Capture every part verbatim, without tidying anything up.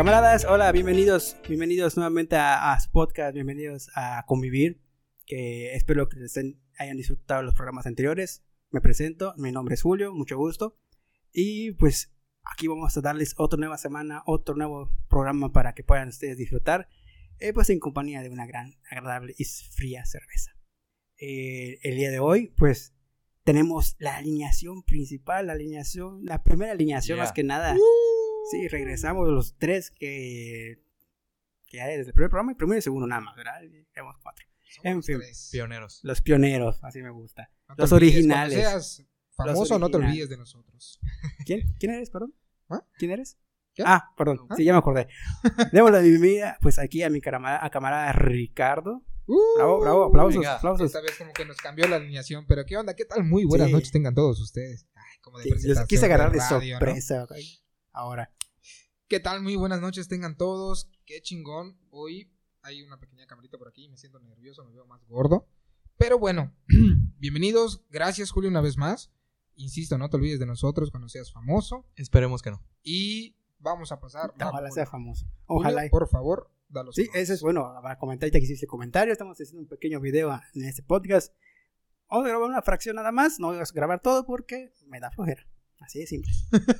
Camaradas, hola, bienvenidos, bienvenidos nuevamente a, a su podcast, bienvenidos a Convivir, que espero que estén, hayan disfrutado los programas anteriores. Me presento, mi nombre es Julio, mucho gusto, y pues aquí vamos a darles otra nueva semana, otro nuevo programa para que puedan ustedes disfrutar, eh, pues en compañía de una gran, agradable y fría cerveza. Eh, el día de hoy, pues tenemos la alineación principal, la alineación, la primera alineación, yeah. Más que nada. Uh. Sí, regresamos los tres que, que ya desde el primer programa, el primero y el segundo nada más, ¿verdad? Tenemos cuatro. Somos en fin, tres. Pioneros. Los pioneros, así me gusta. No los olvides, originales. Cuando seas famoso, no te olvides de nosotros. ¿Quién? ¿Quién eres, perdón? ¿Ah? ¿Quién eres? ¿Qué? Ah, perdón, ¿Ah? Sí, ya me acordé. Demos la bienvenida, pues aquí a mi camarada, a camarada Ricardo. Uh, bravo, bravo, aplausos, venga, aplausos. Esta vez como que nos cambió la alineación, pero ¿qué onda? ¿Qué tal? Muy buenas Sí. noches tengan todos ustedes. Ay, como de Sí, presentación los quise agarrar de, radio, sorpresa, ¿no? okay. Ahora. ¿Qué tal? Muy buenas noches tengan todos. Qué chingón. Hoy hay una pequeña camarita por aquí. Me siento nervioso, me veo más gordo. Pero bueno, bienvenidos. Gracias, Julio, una vez más. Insisto, no te olvides de nosotros cuando seas famoso. Esperemos que no. Y vamos a pasar. Ojalá sea famoso. Julio, Ojalá. por favor, dalos. Sí, ese es bueno. Para comentar, ya que hiciste comentario, estamos haciendo un pequeño video en este podcast. Vamos a grabar una fracción nada más. No voy a grabar todo porque me da flojera. Así de simple.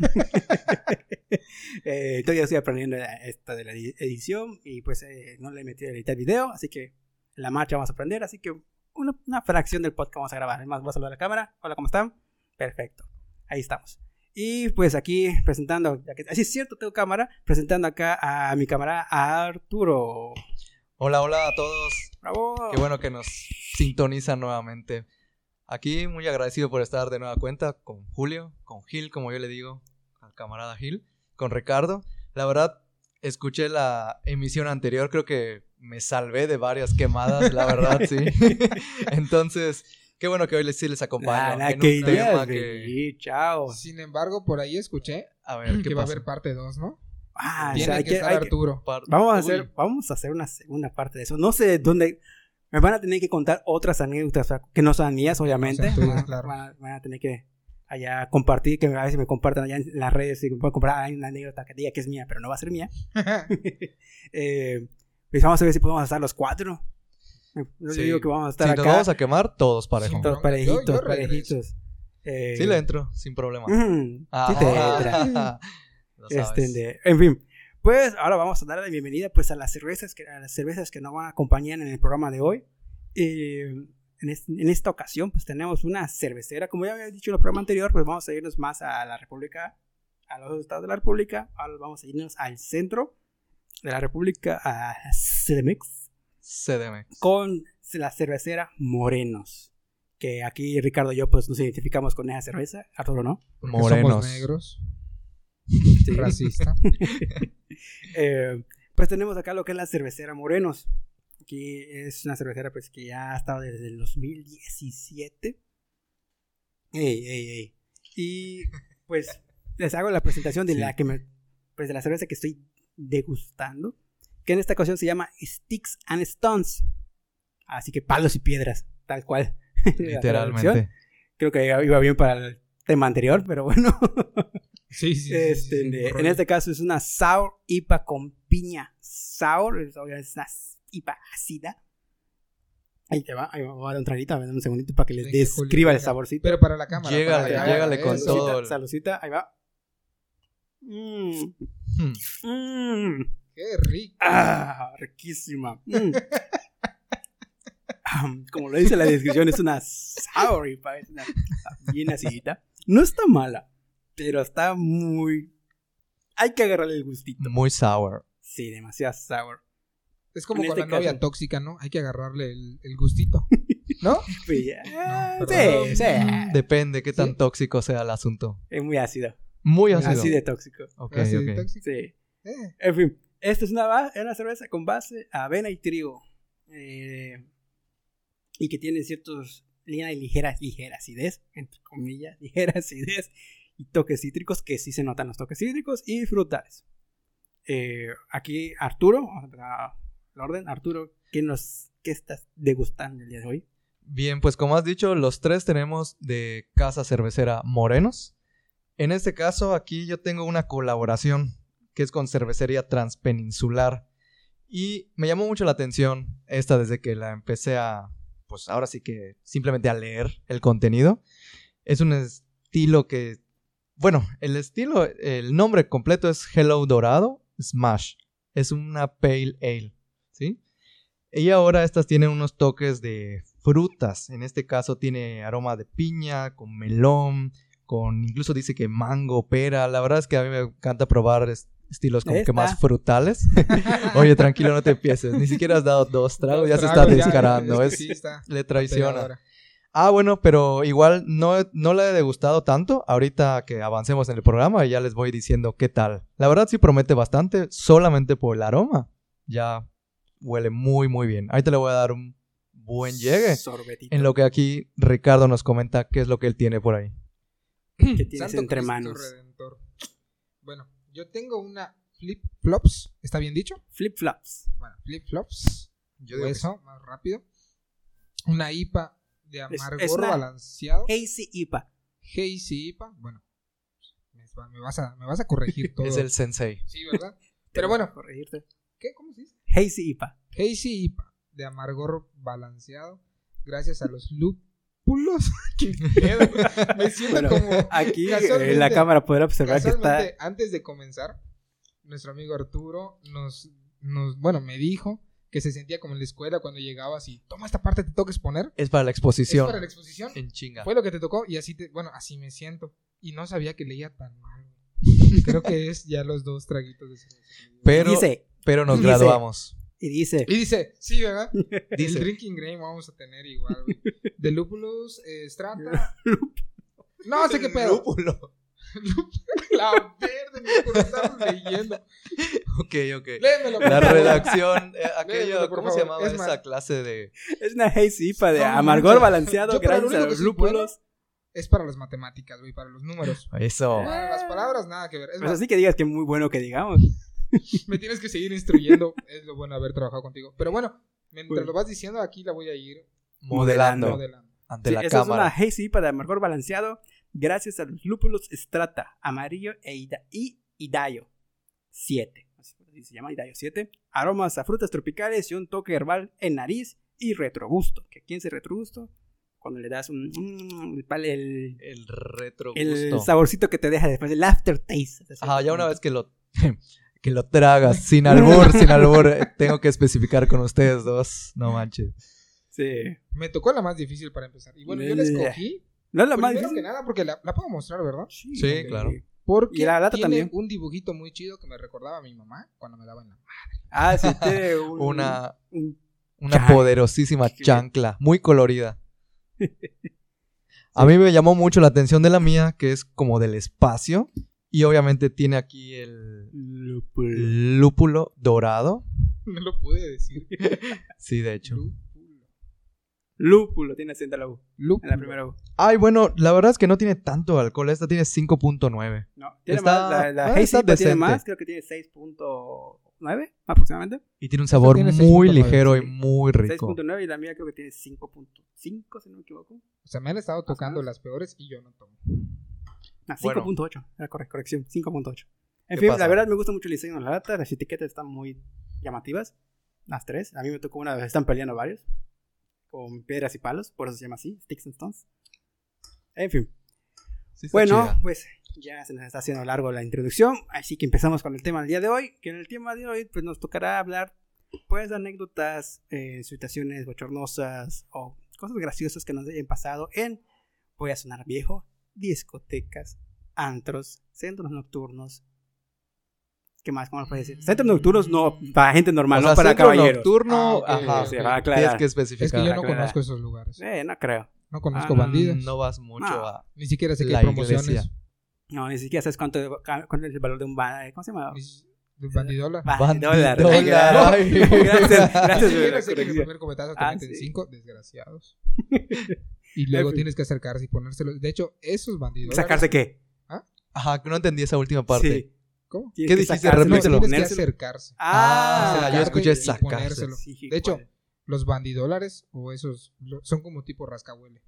eh, Todavía estoy aprendiendo esta de la edición y pues eh, no le he metido a editar video, así que en la marcha vamos a aprender, así que una, una fracción del podcast vamos a grabar. Además voy a saludar a la cámara. Hola, ¿cómo están? Perfecto, ahí estamos. Y pues aquí presentando, ya que así es cierto, tengo cámara, presentando acá a mi camarada Arturo. Hola, hola a todos. ¡Bravo! Qué bueno que nos sintonizan nuevamente. Aquí muy agradecido por estar de nueva cuenta con Julio, con Gil, como yo le digo, al camarada Gil, con Ricardo. La verdad, escuché la emisión anterior, creo que me salvé de varias quemadas, la verdad, sí. Entonces, qué bueno que hoy les, sí les acompaño. Nah, nah, en que un tema ideas, que... chao. Sin embargo, por ahí escuché A ver, ¿qué que va a pasa? haber parte dos, ¿no? Ah, Tiene o sea, hay que que, estar hay que, Arturo. Par- vamos a Uy. hacer, vamos a hacer una segunda parte de eso. No sé dónde. Me van a tener que contar otras anécdotas que no son mías, obviamente. No sean tuyas, van, a- claro. van a, van a tener que allá compartir, que a veces me compartan allá en las redes y me pueden comprar hay una anécdota que diga que es mía, pero no va a ser mía. eh, pues vamos a ver si podemos estar los cuatro. Yo Sí. digo que vamos a estar Si acá. nos vamos a quemar, todos parejos. Sí, Todos Yo- parejitos, yo regreso. parejitos. Eh, Sí le entro, sin problema. mm, Ah, sí te entra. Lo sabes. Este, de- en fin, pues ahora vamos a dar la bienvenida pues a las cervezas que a las cervezas que nos van a acompañar en el programa de hoy. Eh, en, es- en esta ocasión pues tenemos una cervecera, como ya había dicho en el programa anterior, pues vamos a irnos más a la República, a los estados de la República. Ahora vamos a irnos al centro de la República, a C D M X, C D M X. con la cervecera Morenos, que aquí Ricardo y yo pues nos identificamos con esa cerveza. Arturo, ¿no? Porque Morenos. Somos negros. Sí. Racista. Eh, pues tenemos acá lo que es la cervecera Morenos. Aquí es una cervecera pues que ya ha estado desde el dos mil diecisiete. Ey, ey, ey. Y pues les hago la presentación de Sí. la que me, pues de la cerveza que estoy degustando, que en esta ocasión se llama Sticks and Stones. Así que palos y piedras, tal cual. La traducción. Literalmente. Creo que iba bien para el tema anterior, pero bueno. Sí, sí, sí, Este, sí, sí, de- sí, en este caso es una sour I P A con piña. Sour es obviamente es una I P A ácida. Ahí te va, ahí va, voy a dar un traguito, dame un segundito para que les Venga, describa Julio, el venga. saborcito. Pero para la cámara. Llégale, para la cámara, llégale ¿eh? con Sí, todo. Salucita, salucita, ahí va. Mm, Hmm. mm, Qué rico. ah, riquísima. Mm. Ah, como lo dice la descripción, es una sour I P A, es una bien acidita. No está mala, pero está muy... Hay que agarrarle el gustito. Muy sour. Sí, demasiado sour. Es como En con este la novia caso- tóxica, ¿no? Hay que agarrarle el, el gustito. ¿No? Sí, ah, No, sí, perdón. sí. Depende qué tan Sí. tóxico sea el asunto. Es muy ácido. Muy ácido. Así de tóxico. Ok, Así de ok. tóxico. Sí. Eh, En fin, esta es una, ba- es una cerveza con base avena y trigo. Eh, y que tiene ciertos línea y ligera, ligera acidez, entre comillas, ligera acidez y toques cítricos, que sí se notan los toques cítricos y frutales. Eh, aquí Arturo, vamos a empezar el orden. Arturo, ¿qué, nos, ¿qué estás degustando el día de hoy? Bien, pues como has dicho, los tres tenemos de Casa Cervecera Morenos. En este caso, aquí yo tengo una colaboración que es con cervecería Transpeninsular. Y me llamó mucho la atención esta desde que la empecé a, pues ahora sí que simplemente a leer el contenido. Es un estilo que, bueno, el estilo, el nombre completo es Hello Dorado Smash. Es una Pale Ale, ¿sí? Y ahora estas tienen unos toques de frutas. En este caso tiene aroma de piña, con melón, con incluso dice que mango, pera. La verdad es que a mí me encanta probar est- estilos como Esta. que más frutales. Oye, tranquilo, no te empieces. Ni siquiera has dado dos tragos, Dos ya se tragos, está ya, descarando. es que Es, sí está le traiciona. pegadora. Ah, bueno, pero igual no, no la he degustado tanto. Ahorita que avancemos en el programa ya les voy diciendo qué tal. La verdad sí promete bastante, solamente por el aroma. Ya huele muy, muy bien. Ahorita le voy a dar un buen llegue. Sorbetito. En lo que aquí Ricardo nos comenta qué es lo que él tiene por ahí. que tienes Santo entre Cristo manos. Redentor. Bueno, yo tengo una flip flops, ¿está bien dicho? Flip flops. Bueno, flip flops. Yo O digo que eso, más rápido. Una I P A de Es- amargor es una- balanceado. Hazy I P A. Hazy I P A. Bueno, me va- me vas a, me vas a corregir todo. Es el sensei. Sí, ¿verdad? Pero bueno, Corregirte. ¿qué? ¿Cómo se dice? Hazy I P A. Hazy I P A de amargor balanceado gracias a los lúpulos. ¿Qué pedo? Me siento Bueno, como aquí casualmente- en la cámara podrá observar que está. casualmente, antes de comenzar, nuestro amigo Arturo nos, nos, bueno, me dijo que se sentía como en la escuela cuando llegabas y toma esta parte, te toca exponer. Es para la Es exposición. para la exposición. En chinga. Fue lo que te tocó y así te, bueno, así me siento. Y no sabía que leía tan mal. Creo que es ya los dos traguitos de cerveza. Pero, Dice, pero nos dice- graduamos. y dice, Y dice, sí, ¿verdad? Dice. El drinking game vamos a tener igual, güey. De lúpulos, eh, strata. No sé qué pedo. Lúpulo. La verde, mi por estar leyendo. Ok, ok. Léemelo, por La favor. redacción, eh, aquello, Léemelo, por ¿cómo se favor. llamaba Es esa más- clase de...? es una Hazy I P A de No amargor manches. balanceado Yo para lo gracias a único que los soy lúpulos. Es para las matemáticas, güey, para los números. Eso. Para las palabras, nada que ver. Es Pues más, así que digas que muy bueno que digamos. me tienes que seguir instruyendo. Es lo bueno haber trabajado contigo. Pero bueno, mientras Pues- lo vas diciendo, aquí la voy a ir Modelando modelando. ante Sí, la eso cámara. es una Hazy I P A de amargor balanceado gracias a los lúpulos Strata, amarillo e ida- y Idayo siete. Así se llama Idayo siete. Aromas a frutas tropicales y un toque herbal en nariz y retrogusto. ¿Que quién se retrogusto? Cuando le das un... mm, el, el, El retro el gusto. saborcito que te deja después, el aftertaste. Ajá, ya una vez que lo... que lo tragas, sin albur, sin albur. eh, Tengo que especificar con ustedes dos. No manches. Sí. Me tocó la más difícil para empezar. Y bueno, yo la escogí. No es la más Primero que difícil. nada, porque la, la puedo mostrar, ¿verdad? Sí, ok. claro. Porque Y la lata tiene también. un dibujito muy chido que me recordaba a mi mamá cuando me daba en la madre. Ah, sí, tiene un, Una, un- una Chan- poderosísima Qué bien. chancla, muy colorida. A mí me llamó mucho la atención de la mía, que es como del espacio. Y obviamente tiene aquí el lúpulo. lúpulo dorado. No lo pude decir. Sí, de hecho. Lúpulo. Lúpulo, tiene acento la U. En Lúpulo. la primera U. Ay, bueno, la verdad es que no tiene tanto alcohol. Esta tiene cinco punto nueve. No, tiene Está- más. La, la ah, Hazy está I P A tiene decente. más, creo que tiene seis punto nueve aproximadamente. Y tiene un sabor tiene muy seis punto nueve, ligero sí. y muy rico. seis punto nueve y la mía creo que tiene cinco punto cinco, si no me equivoco. O sea, me han estado tocando menos. las peores y yo no tomo. Ah, Bueno. cinco punto ocho. Era correcto, corrección, cinco punto ocho. En ¿Qué fin, pasa? la verdad me gusta mucho el diseño de la lata. Las etiquetas están muy llamativas. Las tres. A mí me tocó una vez, están peleando varios. Con piedras y palos, por eso se llama así, Sticks and Stones. En fin. Sí está Bueno, chida. pues ya se nos está haciendo largo la introducción, así que empezamos con el tema del día de hoy, que en el tema de hoy pues nos tocará hablar pues de anécdotas, eh, situaciones bochornosas o cosas graciosas que nos hayan pasado en, voy a sonar viejo, discotecas, antros, centros nocturnos. ¿Qué más? ¿Cómo lo puedes decir? Centros nocturnos no, para gente normal, O sea, no para centro caballeros. nocturno, Ah, ok, ajá. ok. Se va a Tienes aclarar. que Es que especificar. yo no aclarar. conozco esos lugares. Eh, no creo. No conozco Ah, bandidos. No vas mucho No. a... Ni siquiera sé qué La promociones. iglesia. No, ni siquiera sabes cuánto, cuánto es el valor de un ba- ¿cómo se llama? Ni s- ¿De bandidólar? Ba- Bandidólar. dólar. Ay. Gracias, Ni gracias. siquiera por sé la que mi corrección. primer cometazo te Ah, meten sí. cinco desgraciados. Y luego En fin. tienes que acercarse y ponérselo. De hecho, esos bandidos. ¿Sacarse qué? Ajá, que no entendí esa última parte. Sí. ¿Cómo? Tienes ¿Qué que dijiste? sacárselo, No, Repítelo. tienes que ponérselo. acercarse. Ah, yo acercarte escuché y sacarse. ponérselo. Sí, De hecho, ¿cuál? los bandidólares o esos lo- son como tipo rascahuele.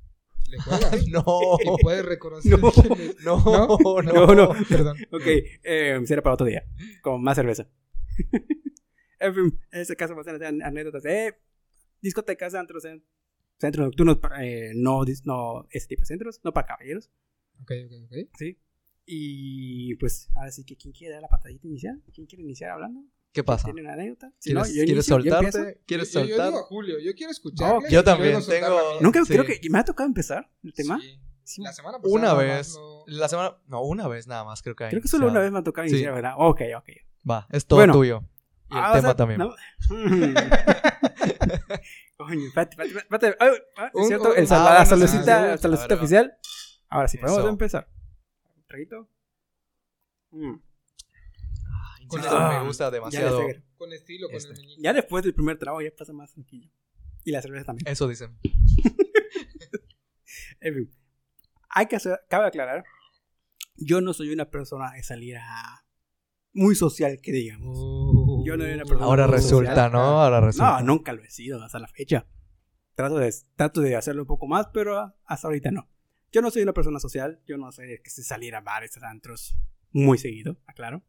¿Le juegas? No. ¿Y puedes reconocer No. quién es? No, ¿No? no, No, no. Perdón. Ok, eh, será para otro día. Con más cerveza. En fin, en este caso van a ser anécdotas de discotecas, antros, en- centros nocturnos, para, eh, no, dis- no ese tipo de centros, no para caballeros, Ok, ok, ok. ¿sí? Y pues, ahora sí que, ¿quién quiere dar la patadita inicial? ¿Quién quiere iniciar hablando? ¿Qué pasa? ¿Tiene una anécdota? Si no, ¿Quieres, yo ¿quieres inicio, yo empiezo. soltarte? ¿Quieres yo, yo soltar? digo a Julio, yo quiero escuchar. Ok. Yo también tengo- Nunca, Sí. creo que me ha tocado empezar el tema. Sí. Sí. La semana pasada. Una nada vez. más no- La semana. No, una vez nada más, creo que hay. Creo que solo una vez me ha tocado Sí. iniciar, ¿verdad? Ok, ok. Va, es todo Bueno. tuyo. Y el Ah, o tema sea, también. no. Coño, espérate, espérate, espérate. Ay, ah, es Un- cierto, un- el ah, sal- bueno, la sí, saludcita, sí, la saludcita a ver, va. oficial. Ahora sí, podemos Eso. empezar. Un traguito. Mm. Con Sí, el- me gusta Ya, demasiado. le sé. Con estilo, con Este. el meñique. Ya después del primer trago ya pasa más tranquilo. Y la cerveza también. Eso dicen. En fin, hay que hacer, cabe aclarar, yo no soy una persona de salir a muy social, que digamos. Oh. Yo no era una persona- Ahora No, resulta, social. ¿no? Ahora resulta. No, nunca lo he sido hasta la fecha. Trato de, trato de hacerlo un poco más, pero hasta ahorita no. Yo no soy una persona social, yo no soy de que se salir a bares, a antros muy seguido, aclaro.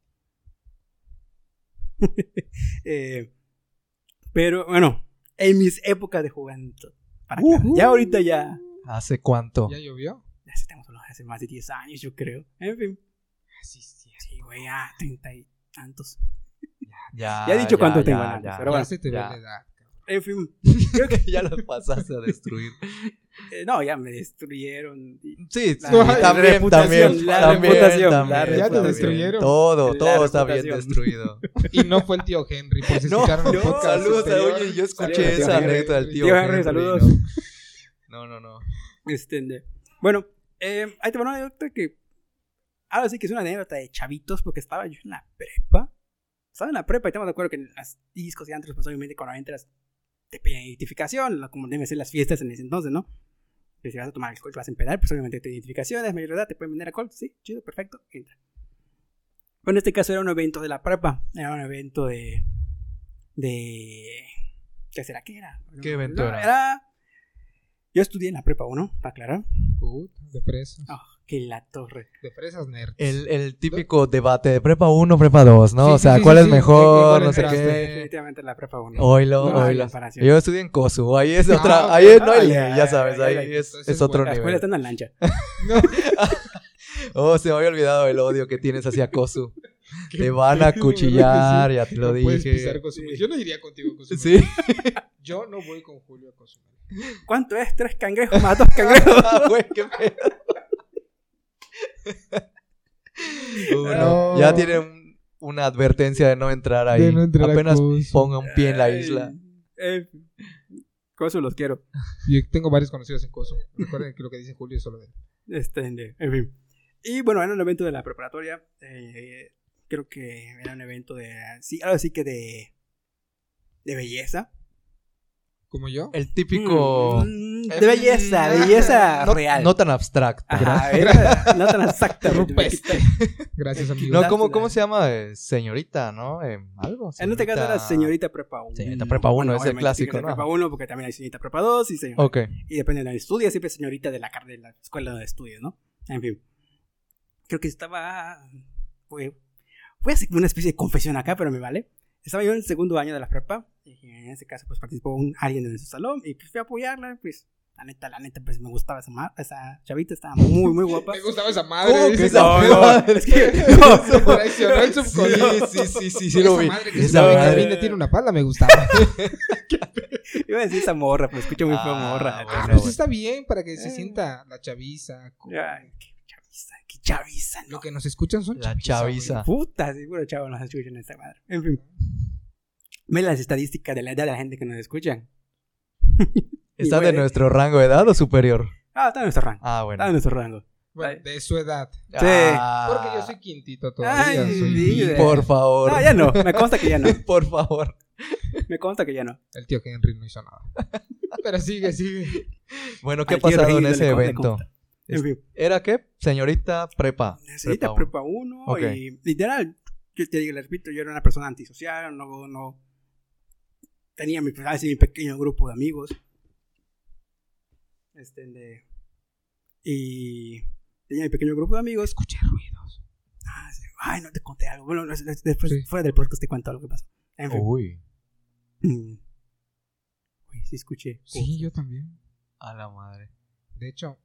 Eh, pero bueno, en mis épocas de juventud, para aclarar. Ujú. Ya ahorita ya, ¿Hace cuánto? ¿Ya llovió? ya estamos hace más de diez años, yo creo. En fin, Sí, sí. sí, güey, ya treinta y tantos. Ya, Ya he dicho cuánto tengo ya, años, ya. pero Ya bueno, se te ve ya. la edad. En fin, creo que Ya los pasaste a destruir. eh, no, ya me destruyeron. y- Sí, La- sí, la también, reputación, también, la también, reputación, también, la también. reputación. destruyeron. Todo, La todo está bien reputación. destruido. Y no fue el tío Henry, por si No, escucharon el no, podcast. saludos, anterior. oye, yo Saludos, escuché tío esa Henry. anécdota del tío, Tío Henry, Henry, saludos. No, no, no. no. Este, de- bueno, eh, ahí te va una anécdota que. Ahora sí que es una anécdota de chavitos, porque estaba yo en la prepa. Estaba en la prepa y estamos de acuerdo que en las discos y antros, pues obviamente cuando entras te piden identificación, la- como deben ser las fiestas en ese entonces, ¿no? Que si vas a tomar alcohol, te vas a empedar, pues obviamente te identificaciones, mayor de edad, te pueden vender alcohol, sí, chido, perfecto, entra. Bueno, en este caso era un evento de la prepa, era un evento de. de. ¿Qué será que era? ¿Qué evento era? Era. Yo estudié en la prepa uno, para aclarar. Puta, de fresas. Oh, que la torre. De fresas nerds. El, el típico debate de prepa uno, prepa dos, ¿no? Sí, o sí, sea, sí, ¿cuál sí, es sí. mejor? ¿Cuál No sé entraste? qué. Definitivamente la prepa uno. Oilo, No hay oilo. comparación. Yo estudié en COSU, ahí es Ah, otra, ok. ahí es- no hay Ah, ley, ya, ya sabes, ya, ahí ya. es, Entonces, es otro bueno, La escuela está nivel. en la lancha. No. Oh, se me había olvidado el odio que tienes hacia COSU. Qué Te van a feo, cuchillar, ¿verdad ya te lo No puedes dije. pisar Cozumel. Yo no iría contigo a Cozumel. Sí. Yo no voy con Julio a Cozumel. ¿Cuánto es? ¿Tres cangrejos más dos cangrejos? Ah, güey, qué pedo. Uh, no. No. Ya tiene un- una advertencia de no entrar ahí. De no entrar a Apenas Cosu. ponga un pie en la isla. Eh, Cosu los quiero. Yo tengo varios conocidos en Cozumel. Recuerden que lo que dice Julio es solo de él. Este, de- en fin. Y bueno, era un evento de la preparatoria. eh, creo que era un evento de. Sí, ahora sí que de. de belleza. ¿Como yo? El típico. Mm, de belleza, belleza no, real. No tan abstracto. Ajá, era- no tan exacta. Rupestre. Gracias, amigo. No, That's ¿cómo, the- ¿cómo se llama? Eh, señorita, ¿no? Eh, algo. En este caso era señorita prepa uno. Señorita prepa uno, es el obviamente clásico, señorita ¿no? prepa uno, porque también hay señorita prepa dos y señorita. Ok. Y depende de donde estudias, siempre señorita de la, car- de la escuela donde estudias, ¿no? En fin. Creo que estaba. Fue, voy a hacer una especie de confesión acá, pero me vale. Estaba yo en el segundo año de la prepa. Y en ese caso, pues participó un, alguien en su salón. Y pues fui a apoyarla. Pues la neta, la neta, pues me gustaba esa, ma- esa chavita. Estaba muy, muy guapa. Me gustaba esa madre. ¿Cómo que dice. esa No, madre? no, es que. Se traicionó el subconsciente. Sí, sí, sí, sí, sí lo Esa vi. madre que Esa se sabe que madre. Sabine tiene una pala me gustaba. Iba a decir esa morra, pero escucho muy feo Ah, morra. bueno, Pero entonces, eso está bien para que se Eh. sienta la chaviza. con- ay, qué chaviza, qué chaviza, no. Lo que nos escuchan son La chaviza, chaviza. Puta, seguro chavo nos escuchan esta madre. En fin. Ve las estadísticas de la edad de la gente que nos escuchan. ¿Está Y, de güey, nuestro rango de edad o superior? Ah, está en nuestro rango. Ah, Está bueno. en nuestro rango. güey. Bueno, de su edad. Ah, Porque yo soy quintito todavía. Ay, soy sí, quinto. de- Por favor. No, ya no. Me consta que ya no. Por favor. Me consta que ya no. El tío Henry no hizo nada. Pero sigue, sigue. Bueno, ¿qué ha Al tío pasado en Regil ese le con- le evento? consta. En fin. ¿Era qué? Señorita prepa. Necesita uno. prepa uno. Ok. Y literal, yo te digo, le repito, yo era una persona antisocial. No, no. Tenía mi, así, mi pequeño grupo de amigos. Este, de. Y tenía mi pequeño grupo de amigos. Escuché ruidos. Ah, sí. Ay, no te conté algo. Bueno, después, Sí. fuera del podcast te cuento lo que pasó. En fin. Uy, Mm. Uy, sí escuché. Sí, yo también. a la madre. De hecho,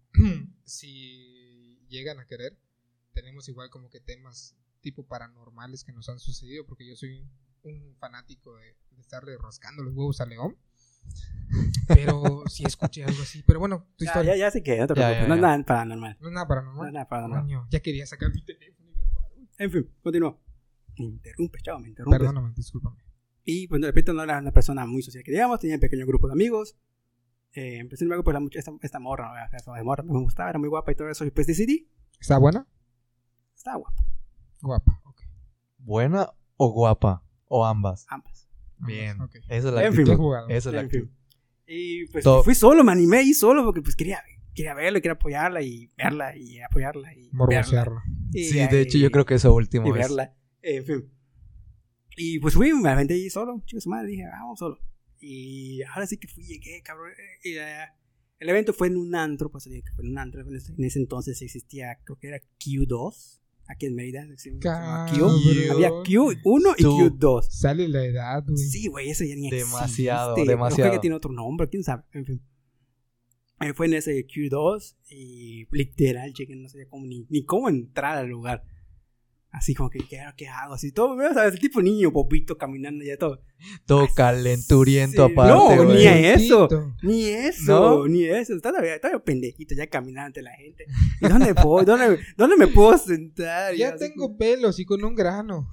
si llegan a querer, tenemos igual como que temas tipo paranormales que nos han sucedido, porque yo soy un fanático de, de estarle rascando los huevos a León. Pero sí escuché algo así. Pero bueno, tu Ya, historia. ya, ya sé que, no te Ya, preocupes. ya, No es ya. nada paranormal. No es nada No paranormal. es nada paranormal. Coño, ya quería sacar mi teléfono y grabar. En fin, continúa. Me interrumpes, chavo, me interrumpes. Perdóname, discúlpame. Y pues de repente no era una persona muy social que digamos, tenía un pequeño grupo de amigos. Eh, empecé luego pues la, mucha- esta, esta morra, ¿no? Esta de morra me gustaba, era muy guapa y todo eso. Y pues decidí, ¿Está buena? estaba guapa, Guapa, ok. ¿Buena o guapa? O ambas. ambas. Bien. Ok. Esa es la En fin. actitud. Qué jugado. Esa es la En actitud. fin. Y pues Todo- fui solo, me animé ahí solo porque pues quería, quería verla, quería apoyarla y verla y apoyarla y verla. Morbosearla. Y, Sí, de hecho yo creo que eso último y es. verla. En fin. Y pues fui, me aventé ahí solo, chicos, su madre, dije, vamos solo. Y ahora sí que fui, llegué, cabrón. Y, eh, el evento fue en un antro, pues dije que fue en un antro. En ese, en ese entonces existía, creo que era Q dos, aquí en Mérida. Se llamaba Q. Cabrón. Había Q uno y Tú. Q dos. Sale la edad, güey. Sí, güey, eso ya ni Demasiado, existe. demasiado. Creo que tiene otro nombre, quién sabe. En fin. Eh, fue en ese Q dos y literal, llegué, no sabía cómo ni, ni cómo entrar al lugar. Así como que, ¿qué, qué hago? Así todo, ¿sabes? El tipo niño, popito, caminando ya todo. Todo Así, calenturiento sí. aparte, No, güey. ni a eso. Tito. Ni eso, ¿No? ni eso. Estaba todavía, todavía pendejito ya caminando ante la gente. ¿Y dónde voy? ¿Dónde, dónde me puedo sentar? Y Ya así tengo como- pelos y con un grano.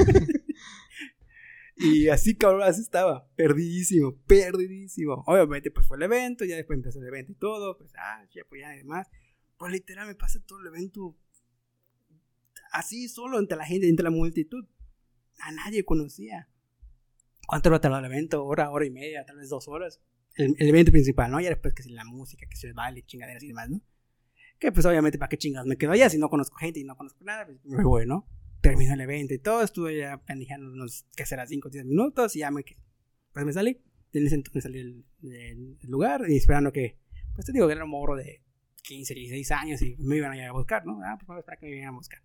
Y así, cabrón, así estaba. Perdidísimo, perdidísimo. Obviamente, pues fue el evento, ya después empezó el evento y todo. Pues, ah, ya, pues ya y demás. Pues literal me pasé todo el evento así, solo entre la gente, entre la multitud. A nadie conocía. ¿Cuánto va a tardar el evento? Hora, hora y media, tal vez dos horas. El, el evento principal, ¿no? Ya después que si la música, que si el baile, chingaderas y demás, ¿no? Que pues obviamente, ¿para qué chingados me quedo allá? Si no conozco gente y no conozco nada, pues me voy, ¿no? Terminó el evento y todo, estuve ya pendejando unos, que será cinco o diez minutos y ya me, pues me salí. En ese entonces me salí del, del lugar y esperando que, pues te digo que era un morro de quince, dieciséis años y me iban a ir a buscar, ¿no? Ah, pues vamos a esperar que me vinieran a buscar.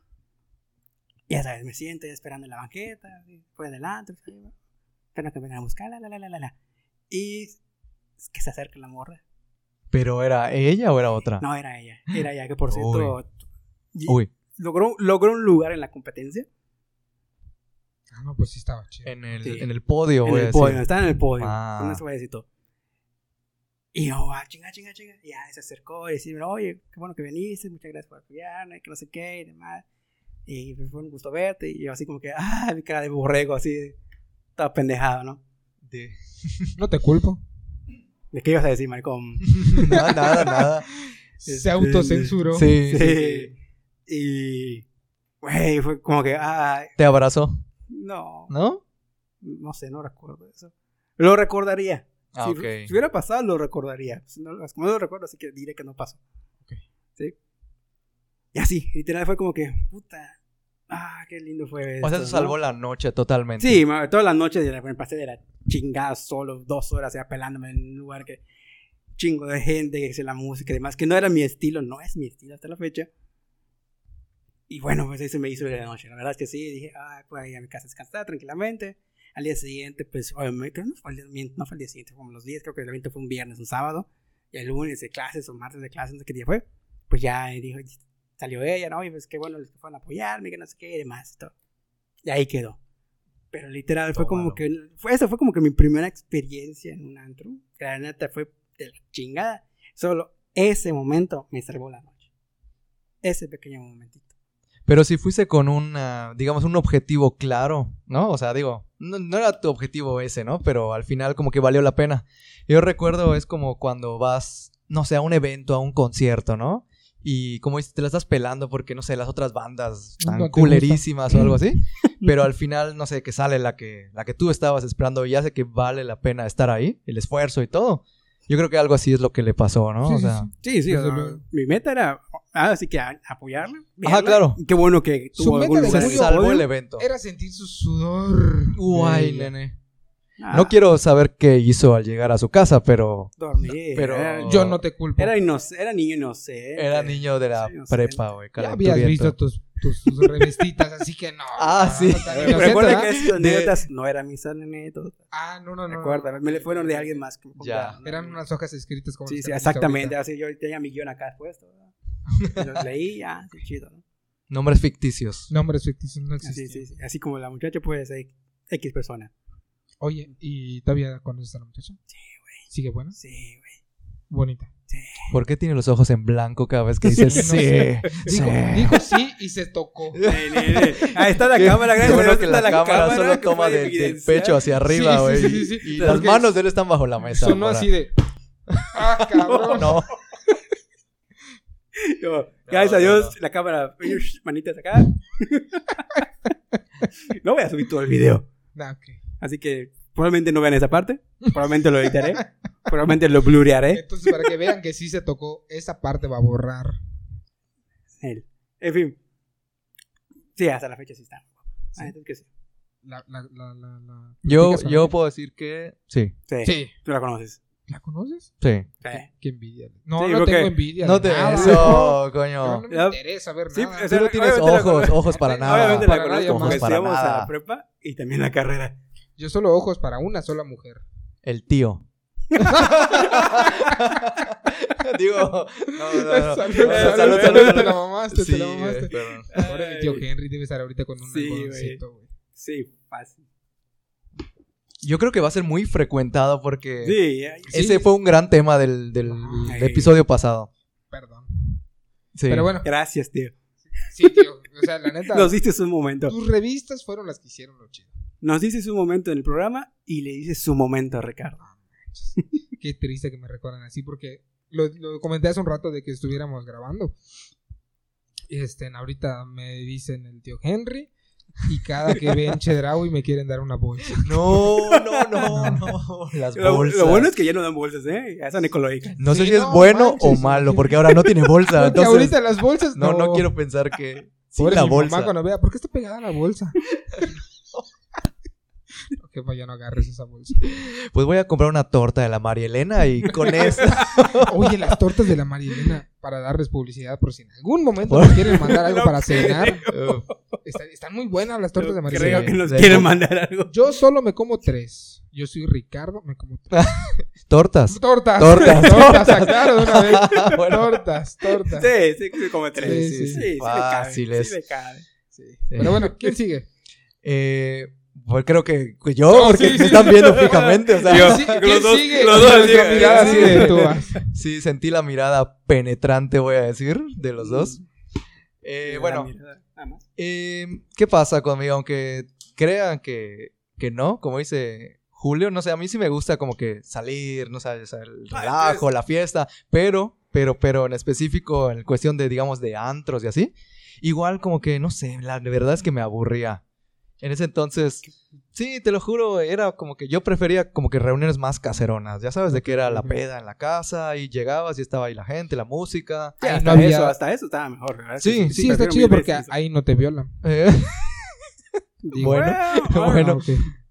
Ya sabes, me siento ya esperando en la banqueta, fue adelante, esperando que me vengan a buscar, la, la, la, la, la, la. Y es que se acerca la morra. ¿Pero era ella o era otra? No, era ella, era ella, que por cierto y- Uy, logró, logró un lugar en la competencia. Ah, no, pues sí estaba chido. en el, Sí. en el podio, En voy a el decir. podio, estaba en el podio. Ah. Con eso voy a decir todo. Y yo, ah, chinga, chinga, chinga. Y ya se acercó y decía, oye, qué bueno que viniste, muchas gracias por apoyarme, que no sé qué y demás. Y pues fue un gusto verte. Y yo así como que, ah, mi cara de borrego, así, todo pendejado, ¿no? De- No te culpo. ¿De qué ibas a decir, maricón? nada, nada, nada. Se autocensuró. Sí, sí, Sí. sí. Y, güey, fue como que, ah, ¿Te abrazó? no, ¿No? no sé, no recuerdo eso. Lo recordaría. Ah, si, ok. si hubiera pasado, lo recordaría. Si no, como no lo recuerdo, así que diré que no pasó. Ok. ¿Sí? Y así, literal fue como que, puta, ah, qué lindo fue O sea, esto, eso salvó ¿no? la noche totalmente. Sí, ma- toda la noche de la- me pasé de la chingada solo, dos horas ya pelándome en un lugar que chingo de gente, que hace la música y demás, que no era mi estilo, no es mi estilo hasta la fecha. Y bueno, pues ahí se me hizo de la noche. La verdad es que sí, dije, ah, pues ir a mi casa a descansar tranquilamente. Al día siguiente, pues, obviamente, creo no fue al día, no fue al día siguiente, fue como los días, creo que el evento fue un viernes, un sábado, y el lunes de clases o martes de clases, no sé qué día fue, pues ya dijo, salió ella, ¿no? Y pues qué bueno, los que fueron a apoyarme, que no sé qué y demás, y todo. Y ahí quedó. Pero literal, fue como Tómalo. que, fue, esa fue como que mi primera experiencia en un antro, que la neta fue de la chingada. Solo ese momento me salvó la noche. Ese pequeño momentito. Pero si fuiste con un, digamos, un objetivo claro, ¿no? O sea, digo, no, no era tu objetivo ese, ¿no? Pero al final como que valió la pena. Yo recuerdo, es como cuando vas, no sé, a un evento, a un concierto, ¿no? Y como dices, te la estás pelando porque, no sé, las otras bandas están No te culerísimas o algo así. Pero al final, no sé, que sale la que, la que tú estabas esperando y ya sé que vale la pena estar ahí, el esfuerzo y todo. Yo creo que algo así es lo que le pasó, ¿no? Sí, o sí, sea, sí. Sí, sí, Desde o sea, luego. mi meta era, ah, así que a- apoyarla. Ajá, verla. claro. Qué bueno que Su tuvo meta algún de lugar en se el Julio salvó podio. el evento. Era sentir su sudor. Guay, de ella. nene. Ah, No quiero saber qué hizo al llegar a su casa, pero dormir. pero- Era, Yo no te culpo. era, inoc- era niño inocente. era niño de la Sí, inocente. prepa, güey. Ya habías visto tus, tus, tus revestitas, así que no. Ah, no, sí. no tan Pero inocente, recuerda ¿verdad? que esas anécdotas no eran mis anécdotas. Ah, no, no, no. Recuerda, no. me le fueron de alguien más. Que me Ya. contaron. Eran unas hojas escritas como Sí, las sí, que has visto exactamente. ahorita. Así yo tenía mi guión acá puesto. ¿verdad? Los leí, ya, sí, chido, ¿no? Nombres ficticios. Nombres ficticios no Así, existen. sí, sí. Así como la muchacha puede ser X persona. Oye, ¿y todavía conoces a la muchacha? Sí, güey. ¿Sigue buena? Sí, güey. Bonita. Sí. ¿Por qué tiene los ojos en blanco cada vez que dices Sí, sí? no sé. sí. Dijo, dijo sí y se tocó. Ne, ne, ne. Ahí está la Qué- cámara, qué gracias. bueno ahí que está la, cámara solo que toma puede de- del evidenciar. pecho hacia arriba, Sí, güey. sí, sí, sí, sí. Y las Porque- manos de él están bajo la mesa. Sonó para- así de... ¡Ah, cabrón! No. Yo, gracias No, a Dios, no, no. la cámara, manitas acá. No voy a subir todo el video. Nah, ok. Así que probablemente no vean esa parte. Probablemente lo editaré. Probablemente lo blurearé. Entonces, para que vean que sí se tocó, esa parte va a borrar. Él. En fin. Sí, hasta la fecha sí está. Sí. Ah, entonces que sí. La, la, la, la, la- Yo, ¿platicas con yo ella? puedo decir que sí. Sí. Sí. Tú la conoces. ¿La conoces? Sí. Sí. Qué envidia. No, Sí, no porque- tengo envidia. No de te nada. eso, No, coño. no me Ya- interesa ver Sí, nada. o sea, Tú no tienes obviamente la ojos, cono- ojos para Sí, nada. Obviamente para la nadie conozco más. porque Para estudiamos a nada. la prepa y también la carrera. Yo solo ojos para una sola mujer. El tío. Digo, no, no, no. Salud, No, salud, salud, salud, salud. te la mamaste, Sí, te la mamaste. güey, pero- Ahora mi tío Henry debe estar ahorita con un Sí, algodoncito, güey. Sí, fácil. Yo creo que va a ser muy frecuentado porque Sí, ay, Sí. ese fue un gran tema del, del Ay. episodio pasado. Perdón. Sí. Pero bueno, gracias, tío. sí, tío. O sea, la neta, Nos diste un momento. tus revistas fueron las que hicieron lo chido. Nos dices un momento en el programa y le dices su momento a Ricardo. Qué triste que me recuerdan así porque lo, lo comenté hace un rato de que estuviéramos grabando. Este, ahorita me dicen el tío Henry y cada que ven Chedraui me quieren dar una bolsa. No, no, no, no. Las Lo, bolsas. lo bueno es que ya no dan bolsas, ¿eh? Ya son ecológicas. No sé Sí, si es no bueno manches, o malo, imagínate. porque ahora no tiene bolsa. Porque Entonces, ahorita las bolsas no, no, no quiero pensar que sí, Pobre la mi bolsa. mamá cuando vea, ¿por qué está pegada la bolsa? Ok, vaya, no agarres esa bolsa. Pues voy a comprar una torta de la María Elena y con eso. Oye, las tortas de la María Elena, para darles publicidad, por si en algún momento Por- nos quieren mandar algo No para cenar. Uh, Están, están muy buenas las tortas de María Creo Elena. que nos de- quieren mandar algo. Yo solo me como tres. Yo soy Ricardo, me como tres. tortas. Tortas. Tortas. Tortas, aclaro de una vez. Bueno. Tortas, tortas. Sí, sí, sí, como tres. Sí, Sí, sí, sí, sí. sí, le Fáciles. cabe. Sí, le cabe. Sí. Pero bueno, ¿quién sigue? Eh, pues creo que que yo, No, porque sí, me sí. están viendo fijamente. O sea, Yo- ¿Quién, los quién dos- sigue? los dos Nuestra siguen. mirada así de Sí. tú vas. sí, sentí la mirada penetrante, voy a decir, de los dos. Eh, La bueno, mirada, nada más. eh, ¿qué pasa conmigo? Aunque crean que, que no, como dice Julio, no sé, a mí sí me gusta como que salir, no sé, o sea, el Ah, relajo, entonces- la fiesta, pero, pero, pero en específico en cuestión de, digamos, de antros y así, igual como que, no sé, la verdad es que me aburría. En ese entonces, sí, te lo juro, era como que yo prefería como que reuniones más caseronas, ya sabes, de que era la peda en la casa y llegabas y estaba ahí la gente, la música. Sí, Ahí hasta no había- eso, hasta eso estaba mejor, ¿verdad? Sí, Sí, está prefiero chido mil porque veces eso. ahí no te violan. Eh, Digo, Bueno, bueno, bueno. ah, ok.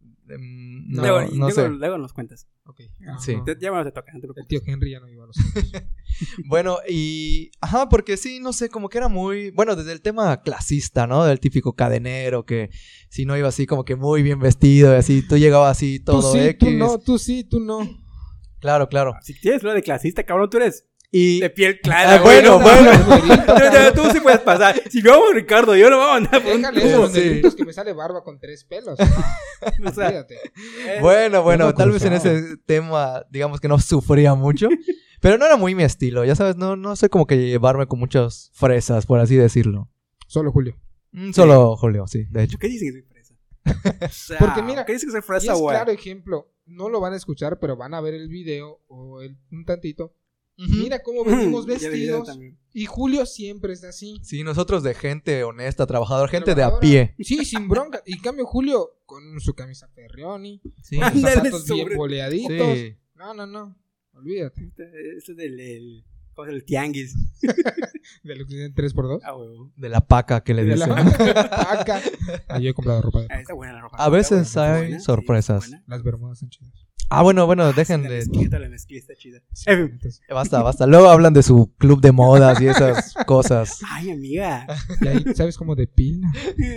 mm, No, no, luego, no luego- sé. luego nos cuentas. Ok. Ah, Sí. no. Ya ya no te toca, no te El preocupes. tío Henry ya no iba a los Bueno, y... Ajá, porque sí, no sé, como que era muy... Bueno, desde el tema clasista, ¿no? Del típico cadenero que si no iba así como que muy bien vestido y así, tú llegabas así Tú todo sí, X. tú no, tú sí, tú no. Claro, claro. Si tienes lo de clasista, cabrón, tú eres Y... de piel clara. Ah, güey, bueno, ¿no? bueno. Tú, tú sí puedes pasar. Si yo amo a Ricardo, yo no voy a mandar por un Déjale tubo. eso, los sí. negritos que me sale barba con tres pelos. O sea, Olvídate. eh, Bueno, bueno, no tal vez en cruzaba. ese tema, digamos que no sufría mucho, pero no era muy mi estilo, ya sabes, no, no sé como que llevarme con muchas fresas, por así decirlo. Solo Julio. Mm, Solo Julio, sí, de hecho. ¿Por qué dicen que soy fresa? O sea, Porque mira, ¿por qué dicen que soy Y fresa, es güey? claro ejemplo. No lo van a escuchar, pero van a ver el video o el, un tantito. Ujú. Mira cómo venimos Ya le dieron vestidos. también. Y Julio siempre está así. Sí, nosotros de gente honesta, trabajador, gente de a Trabajadora. pie. Sí, sin bronca. Y en cambio Julio con su camisa Ferrioni, Sí, con sus Ándale, zapatos bien sobre- boleaditos. sí. No, no, no. Olvídate. Este este es el, el, Como el tianguis. Del Occidente tres por dos. Ah, huevo. De la paca que le De dicen. la paca. Ah, yo he comprado ropa de Ah, paca. está buena la ropa. A veces Está buena, hay buena, sí, sorpresas. está buena. Las bermudas son chidas. Ah, bueno, bueno, Ah, dejen sí, la de... mezclita, la mezclita está chida. Sí, En fin. entonces, Basta, basta. Luego hablan de su club de modas y esas cosas. Ay, amiga. y ahí, ¿sabes cómo depila?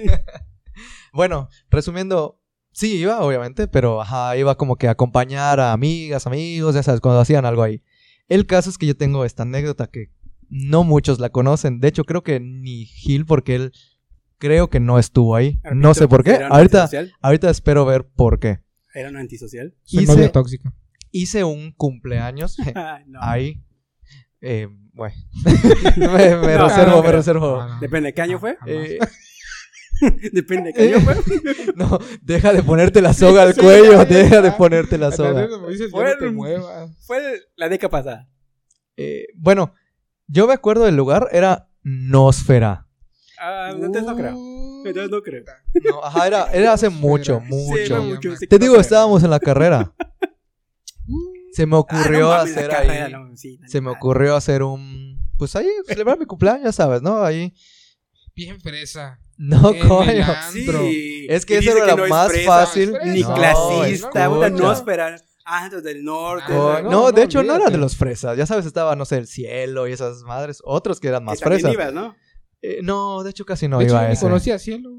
Bueno, resumiendo, sí iba, obviamente, pero ajá, iba como que a acompañar a amigas, amigos, ya sabes, cuando hacían algo ahí. El caso es que yo tengo esta anécdota que no muchos la conocen. De hecho, creo que ni Gil, porque él creo que no estuvo ahí. No sé por qué. ¿Era un Ahorita, antisocial? ahorita espero ver por qué. ¿Era un antisocial? Soy Hice- novia tóxica. Hice un cumpleaños Ay, no. ahí. Eh, bueno. me me No, reservo, no, me no. reservo. No, no. Depende de qué año fue. Jamás. Eh, Depende de qué año fue. no, deja de ponerte la soga al Sí, cuello. ya, ya, Deja de ya. ponerte la Hasta soga. eso me dices, ya Bueno. no te muevas. Fue la década pasada. Eh, bueno, yo me acuerdo del lugar, era Nosfera. Ah, entonces no creo. Uh, Entonces no creo. No, ajá, era, era hace mucho, Sí, mucho. no, mucho, sí, Te no digo, creo. estábamos en la carrera. Se me ocurrió Ah, no mames, la hacer carrera, ahí. no, sí, Se me ah, ocurrió hacer un. Pues ahí, celebrar mi cumpleaños, ya sabes, ¿no? Ahí. Bien fresa. No, En coño. el Sí. antro. Es que Y eso dice era no es más fresa, fácil. Ni No, clasista, no, puta, no. no esperar. Antes del norte. Ah, Co- ¿no? no, no, de no, hecho no eran olvídate. de los fresas. Ya sabes, estaba, no sé, el cielo y esas madres. Otros que eran más Que también fresas. ibas, ¿no? Eh, no, de hecho casi no de hecho, iba yo a ni ese. conocía a Cielo.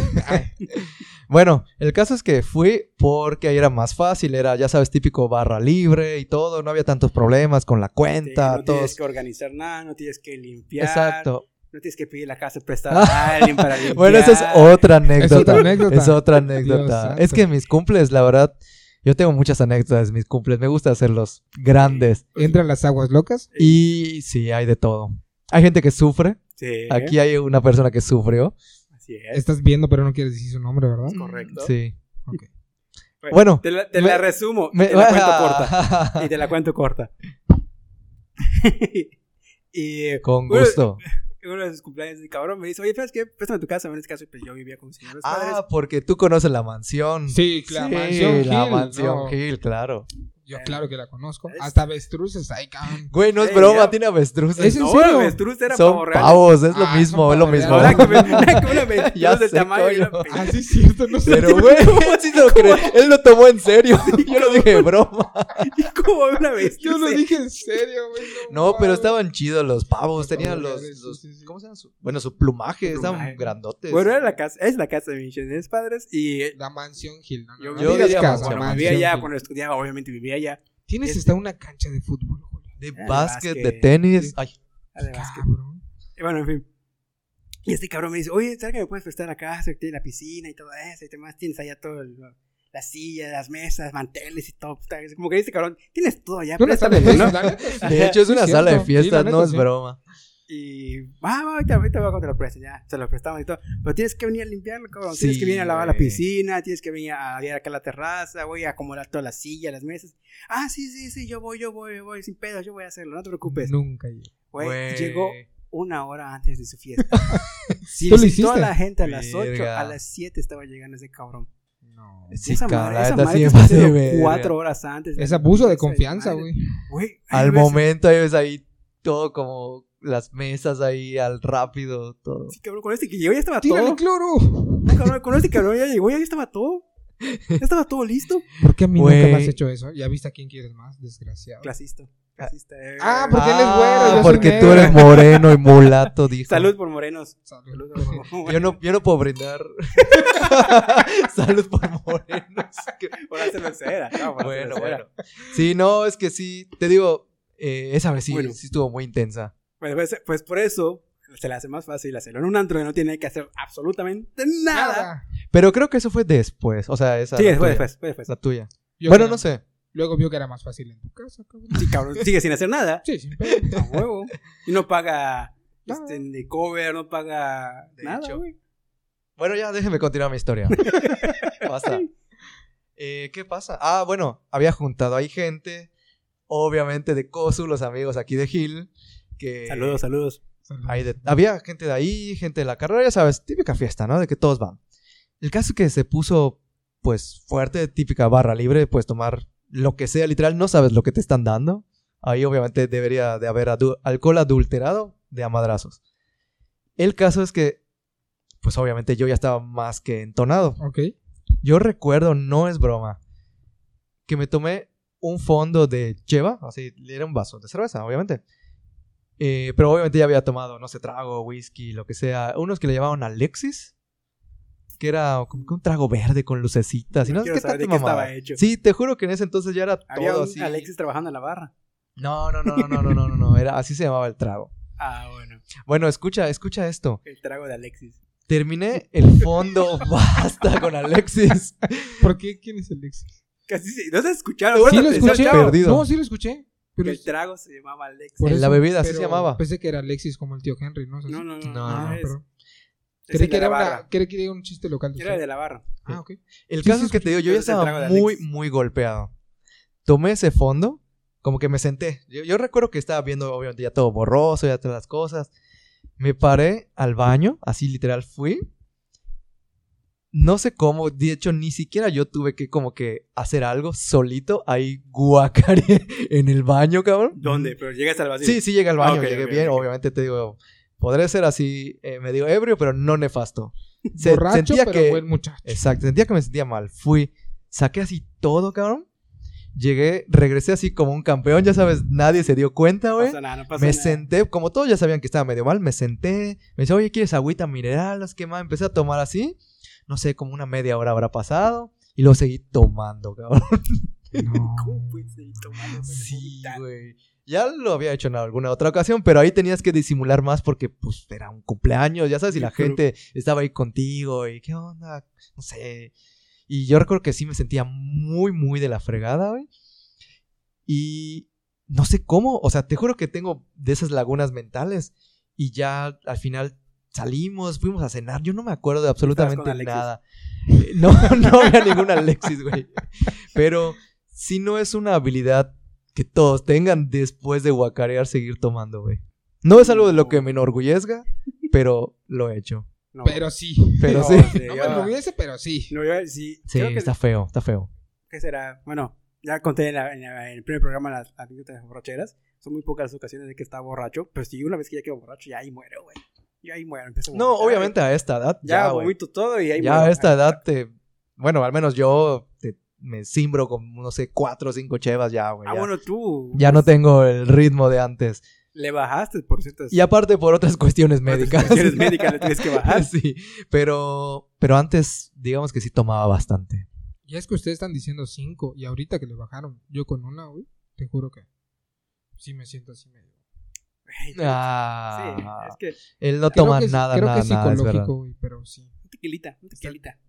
Bueno, el caso es que fui porque ahí era más fácil. Era, ya sabes, típico barra libre y todo. No había tantos problemas con la Sí, cuenta. no todos. tienes que organizar nada, no tienes que limpiar. Exacto. No tienes que pedir la casa prestada a alguien para limpiar. Bueno, esa es otra anécdota. Es otra anécdota. Es otra Dios anécdota. santo. Es que mis cumples, la verdad, yo tengo muchas anécdotas de mis cumples. Me gusta hacerlos grandes. Entran las aguas locas. Y sí, hay de todo. Hay gente que sufre. Sí. Aquí hay una persona que sufrió. Así es. Estás viendo, pero no quieres decir su nombre, ¿verdad? Correcto. Sí. Ok. Bueno, Te la, te me- la resumo. me- te la cuento corta. Y te la cuento corta. y eh, Con uno- gusto. uno de sus cumpleaños, el cabrón me dice, oye, ¿sabes qué? Préstame tu casa. En este caso, pues yo vivía con mis señores padres. Ah, porque tú conoces la mansión. Sí, la Sí, mansión la Hill, mansión no. Hill, claro. Yo claro que la conozco. Es- Hasta avestruces ahí, cabrón. Güey, no es Ey, broma, ya. tiene avestruces. ¿Es en no, serio? el avestruz era Son pavo real. pavos, es lo Ah, mismo, son es lo pavos mismo. Ahora que me era como una avestruz Ya del sé, tamaño de una coño. pelota. Ah, sí, es cierto, no sé. Pero, güey, sí se lo cree. Él lo tomó en serio. Yo lo dije de broma. Y como una avestruz. Yo lo eh. dije en serio, güey. No, pero mames. estaban chidos los pavos. Los Tenían pavos los, reales, los- sí, sí, sí. ¿cómo se llama? Su- bueno, su plumaje. Su Estaban plumaje. grandotes. Bueno, era la casa, es la casa de mis señores padres. Y eh, La mansión Hill. No, no, yo, no yo digas diría casa, mansión. cuando mansión vivía allá, Hill. cuando estudiaba, obviamente vivía allá. Tienes Este- hasta una cancha de fútbol, Julio. de de básquet, de básquet. tenis. Ay, Ah, de básquet. Cabrón. Y bueno, en fin. Y este cabrón me dice, oye, ¿sabes que me puedes prestar la casa? Que tiene la piscina y todo eso. Y demás, tienes allá todo, el- las sillas, las mesas, manteles y todo. Puta, es como que dice, cabrón, tienes todo allá, Una sala de préstamelo, ¿no? fiestas, la neta, de hecho, es sí, una cierto. sala de Sí, fiestas, la no neta, es sí. broma. Y, ah, va, ahorita, ahorita voy a te lo presto, ya. Se lo prestamos y todo. Pero tienes que venir a limpiarlo, cabrón. Tienes Sí, que venir a lavar la güey. piscina, tienes que venir a limpiar acá la terraza, voy a acomodar todas las sillas, las mesas. Ah, sí, sí, sí, yo voy, yo voy, yo voy, sin pedo, yo voy a hacerlo, no te preocupes. Nunca llegué. Güey, Güey. llegó una hora antes de su fiesta. Si ¿Tú lo visitó a hiciste? la gente a las ocho, Verga. a las siete estaba llegando ese cabrón. No. Sí, esa cabrón, madre, la esa neta madre sí te me está pasé de haciendo verga. cuatro horas antes. Es abuso de Esa confianza, madre. güey. Güey, hay Al veces- momento, ahí ves ahí todo como las mesas ahí al rápido, todo. Sí, cabrón, con este que llegó ya estaba ¡Tírale todo. cloro! Ah, cabrón, con este cabrón ya llegó, ya estaba todo. Ya estaba todo listo. ¿Por qué a mí Güey. nunca me has hecho eso? ¿Ya viste a quién quieres más? Desgraciado. Clasista. Clasista. eh. Ah, porque él es güero, yo soy porque tú negro. eres moreno y mulato, dijo. Salud por morenos. Salud. Salud por morenos. Yo no, yo no puedo brindar. Salud por morenos. Por la cervecera. No, por la Bueno, cervecera. bueno. Sí, no, es que sí, te digo, eh, esa vez sí, Bueno. sí estuvo muy intensa. Bueno, pues, pues por eso se le hace más fácil hacerlo en un antro que no tiene que hacer absolutamente nada. Nada. Pero creo que eso fue después, o sea, esa Sí, la después, tuya, después, después, después. la tuya. Yo Bueno, que- no sé. Luego vio que era más fácil en tu casa, cabrón. Sí, cabrón, sigue sin hacer nada. Sí, sin pedo. A huevo. Y no paga Nada. este, de cover, no paga De nada, hecho. güey. Bueno, ya déjeme continuar mi historia. Basta. Eh, ¿Qué pasa? Ah, bueno, había juntado ahí gente, obviamente de Cosu, los amigos aquí de Gil, que Saludos, saludos. hay de- había gente de ahí, gente de la carrera, ya sabes, típica fiesta, ¿no? De que todos van. El caso es que se puso, pues, fuerte, típica barra libre, pues tomar lo que sea, literal, no sabes lo que te están dando. Ahí obviamente debería de haber adu- alcohol adulterado de a madrazos. El caso es que, pues obviamente yo ya estaba más que entonado. Ok. Yo recuerdo, no es broma, que me tomé un fondo de cheva, así, era un vaso de cerveza, obviamente. Eh, pero obviamente ya había tomado, no sé, trago, whisky, lo que sea. Unos que le llamaban Alexis, que era como que un trago verde con lucecitas. Y no sé quiero qué saber tal de qué estaba hecho. Sí, te juro que en ese entonces ya era Había todo un así. Alexis trabajando en la barra. No, no, no, no, no, no, no, no, no, era, así se llamaba el trago. Ah, bueno. Bueno, escucha, escucha esto. El trago de Alexis. Terminé el fondo, basta con Alexis. ¿Por qué? ¿Quién es Alexis? Casi sí. ¿No se escucharon? Sí lo Bueno, escuché. estás perdido. No, sí lo escuché. Que Pero el trago se llamaba Alexis. por En la bebida, así pero se llamaba. Pensé que era Alexis como el tío Henry, ¿no? No, no, no. No, Ah, es- pero... es Creí el que, de la era barra. una, creí que era un chiste local. de Era usted. de la barra. Ah, ok. El Sí, caso sí, es que te digo, yo ya Ese es el trago estaba de muy, Alexis. muy golpeado. Tomé ese fondo, como que me senté. Yo, yo recuerdo que estaba viendo, obviamente, ya todo borroso, ya todas las cosas. Me paré al baño, así literal fui. No sé cómo, de hecho, ni siquiera yo tuve que como que hacer algo solito. Ahí guacareé en el baño, cabrón. ¿Dónde? Pero llegas al vacío. Sí, sí llegué al baño, Ah, ok, llegué ok, bien. ok. Obviamente te digo, podré ser así eh, medio ebrio, pero no nefasto. Se- Borracho, sentía pero que... buen muchacho. Exacto, sentía que me sentía mal. Fui, saqué así todo, cabrón. Llegué, regresé así como un campeón, ya sabes, nadie se dio cuenta, No güey. pasa nada, no pasa Me nada. senté, como todos ya sabían que estaba medio mal, me senté. Me decía, oye, ¿quieres agüita mineral? ¿Qué más? Empecé a tomar así. No sé, como una media hora habrá pasado. Y luego seguí tomando, cabrón. No. ¿Cómo puedes seguir tomando? Sí, güey. Ya lo había hecho en alguna otra ocasión, pero ahí tenías que disimular más porque, pues, era un cumpleaños, ya sabes, y la Pero- gente estaba ahí contigo y, ¿qué onda? No sé. Y yo recuerdo que sí me sentía muy, muy de la fregada, güey. Y no sé cómo, o sea, te juro que tengo de esas lagunas mentales y ya al final salimos, fuimos a cenar, yo no me acuerdo de absolutamente Alexis? nada. Eh, No, no había ningún Alexis, güey. Pero sí no es una habilidad que todos tengan después de guacarear seguir tomando, güey. No es algo de lo que me enorgullezca, pero lo he hecho. No. Pero sí. Pero No, sí. No me yo- enorgullece, pero sí. No, yo sí. Sí, creo que- está feo, está feo. ¿Qué será? Bueno, ya conté en, la- en la- en el primer programa las anécdotas borracheras. Son muy pocas las ocasiones de que estaba borracho. Pero si una vez que ya quedo borracho, ya ahí muero, güey. Ya ahí muero. Empiezo a No, vomitar, obviamente a esta edad, Ya, ya, güey. vomito todo y ahí Ya muero. a esta edad te... Bueno, al menos yo te- me cimbro con, no sé, cuatro o cinco chevas ya, güey. Ah, ya. bueno, tú. Ya no tengo el ritmo de antes. Le bajaste, por cierto. Y aparte por otras cuestiones médicas. Si eres médica, le tienes que bajar. Sí, pero, pero antes, digamos que sí tomaba bastante. Ya es que ustedes están diciendo cinco y ahorita que le bajaron, yo con una, güey, te juro que sí me siento así medio. Ay, Ah, Sí, es que. él no Creo toma que es- nada, creo nada, que es nada, es verdad. psicológico, güey, pero sí. Un tequilita, un tequilita.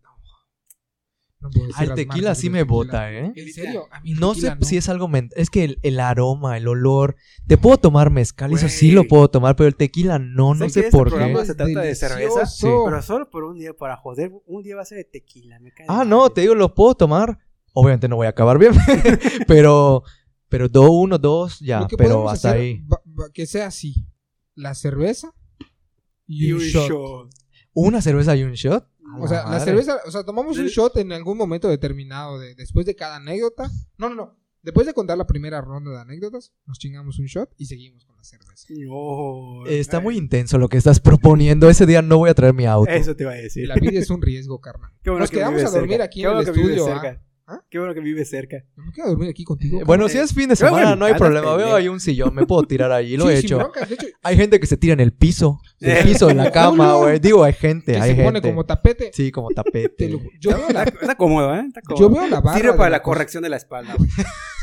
No puedo decir Ah, el las tequila marcas sí del me tequila. bota, ¿eh? ¿En serio? A mí el No sé tequila si es algo mental. Es que el, el aroma, el olor. Te puedo tomar mezcal, eso Güey. sí lo puedo tomar, pero el tequila no, no Sé sé que este por programa qué. se trata de cerveza, Delicioso. pero solo por un día, para joder, un día va a ser de tequila. Me cae de Ah, madre. no, te digo, lo puedo tomar. Obviamente no voy a acabar bien, pero pero do uno, dos, ya, Lo que pero podemos hasta hacer, ahí. va- va- que sea así. La cerveza y, Y un un shot. shot. ¿Una cerveza y un shot? A O sea, la madre. cerveza, o sea, tomamos un Del- shot en algún momento determinado de, después de cada anécdota. No, no, no. Después de contar la primera ronda de anécdotas, nos chingamos un shot y seguimos con la cerveza. No, Eh, Está ay, muy intenso lo que estás proponiendo. Ese día no voy a traer mi auto. Eso te iba a decir. La vida es un riesgo, carnal. Qué bueno Nos que quedamos vives a dormir cerca. aquí Qué en el bueno que vives estudio. cerca. ¿ah? ¿Ah? Qué bueno que vives cerca. Yo me quedo a dormir aquí contigo. Eh, bueno, carnal. si es fin de Yo hago semana, mi no hay casa, problema. Veo pendejo. ahí un sillón, me puedo tirar ahí. Lo Sí, he sin hecho. broncas. De hecho, Hay gente que se tira en el piso. El Eh. piso, en la cama, güey. Digo, hay gente, que hay se pone gente. como tapete. Sí, como Te tapete. lo ju- yo, veo la, Está, está cómodo, ¿eh? Está yo cómodo. veo la barra. Sirve de para la co- corrección de la espalda, güey.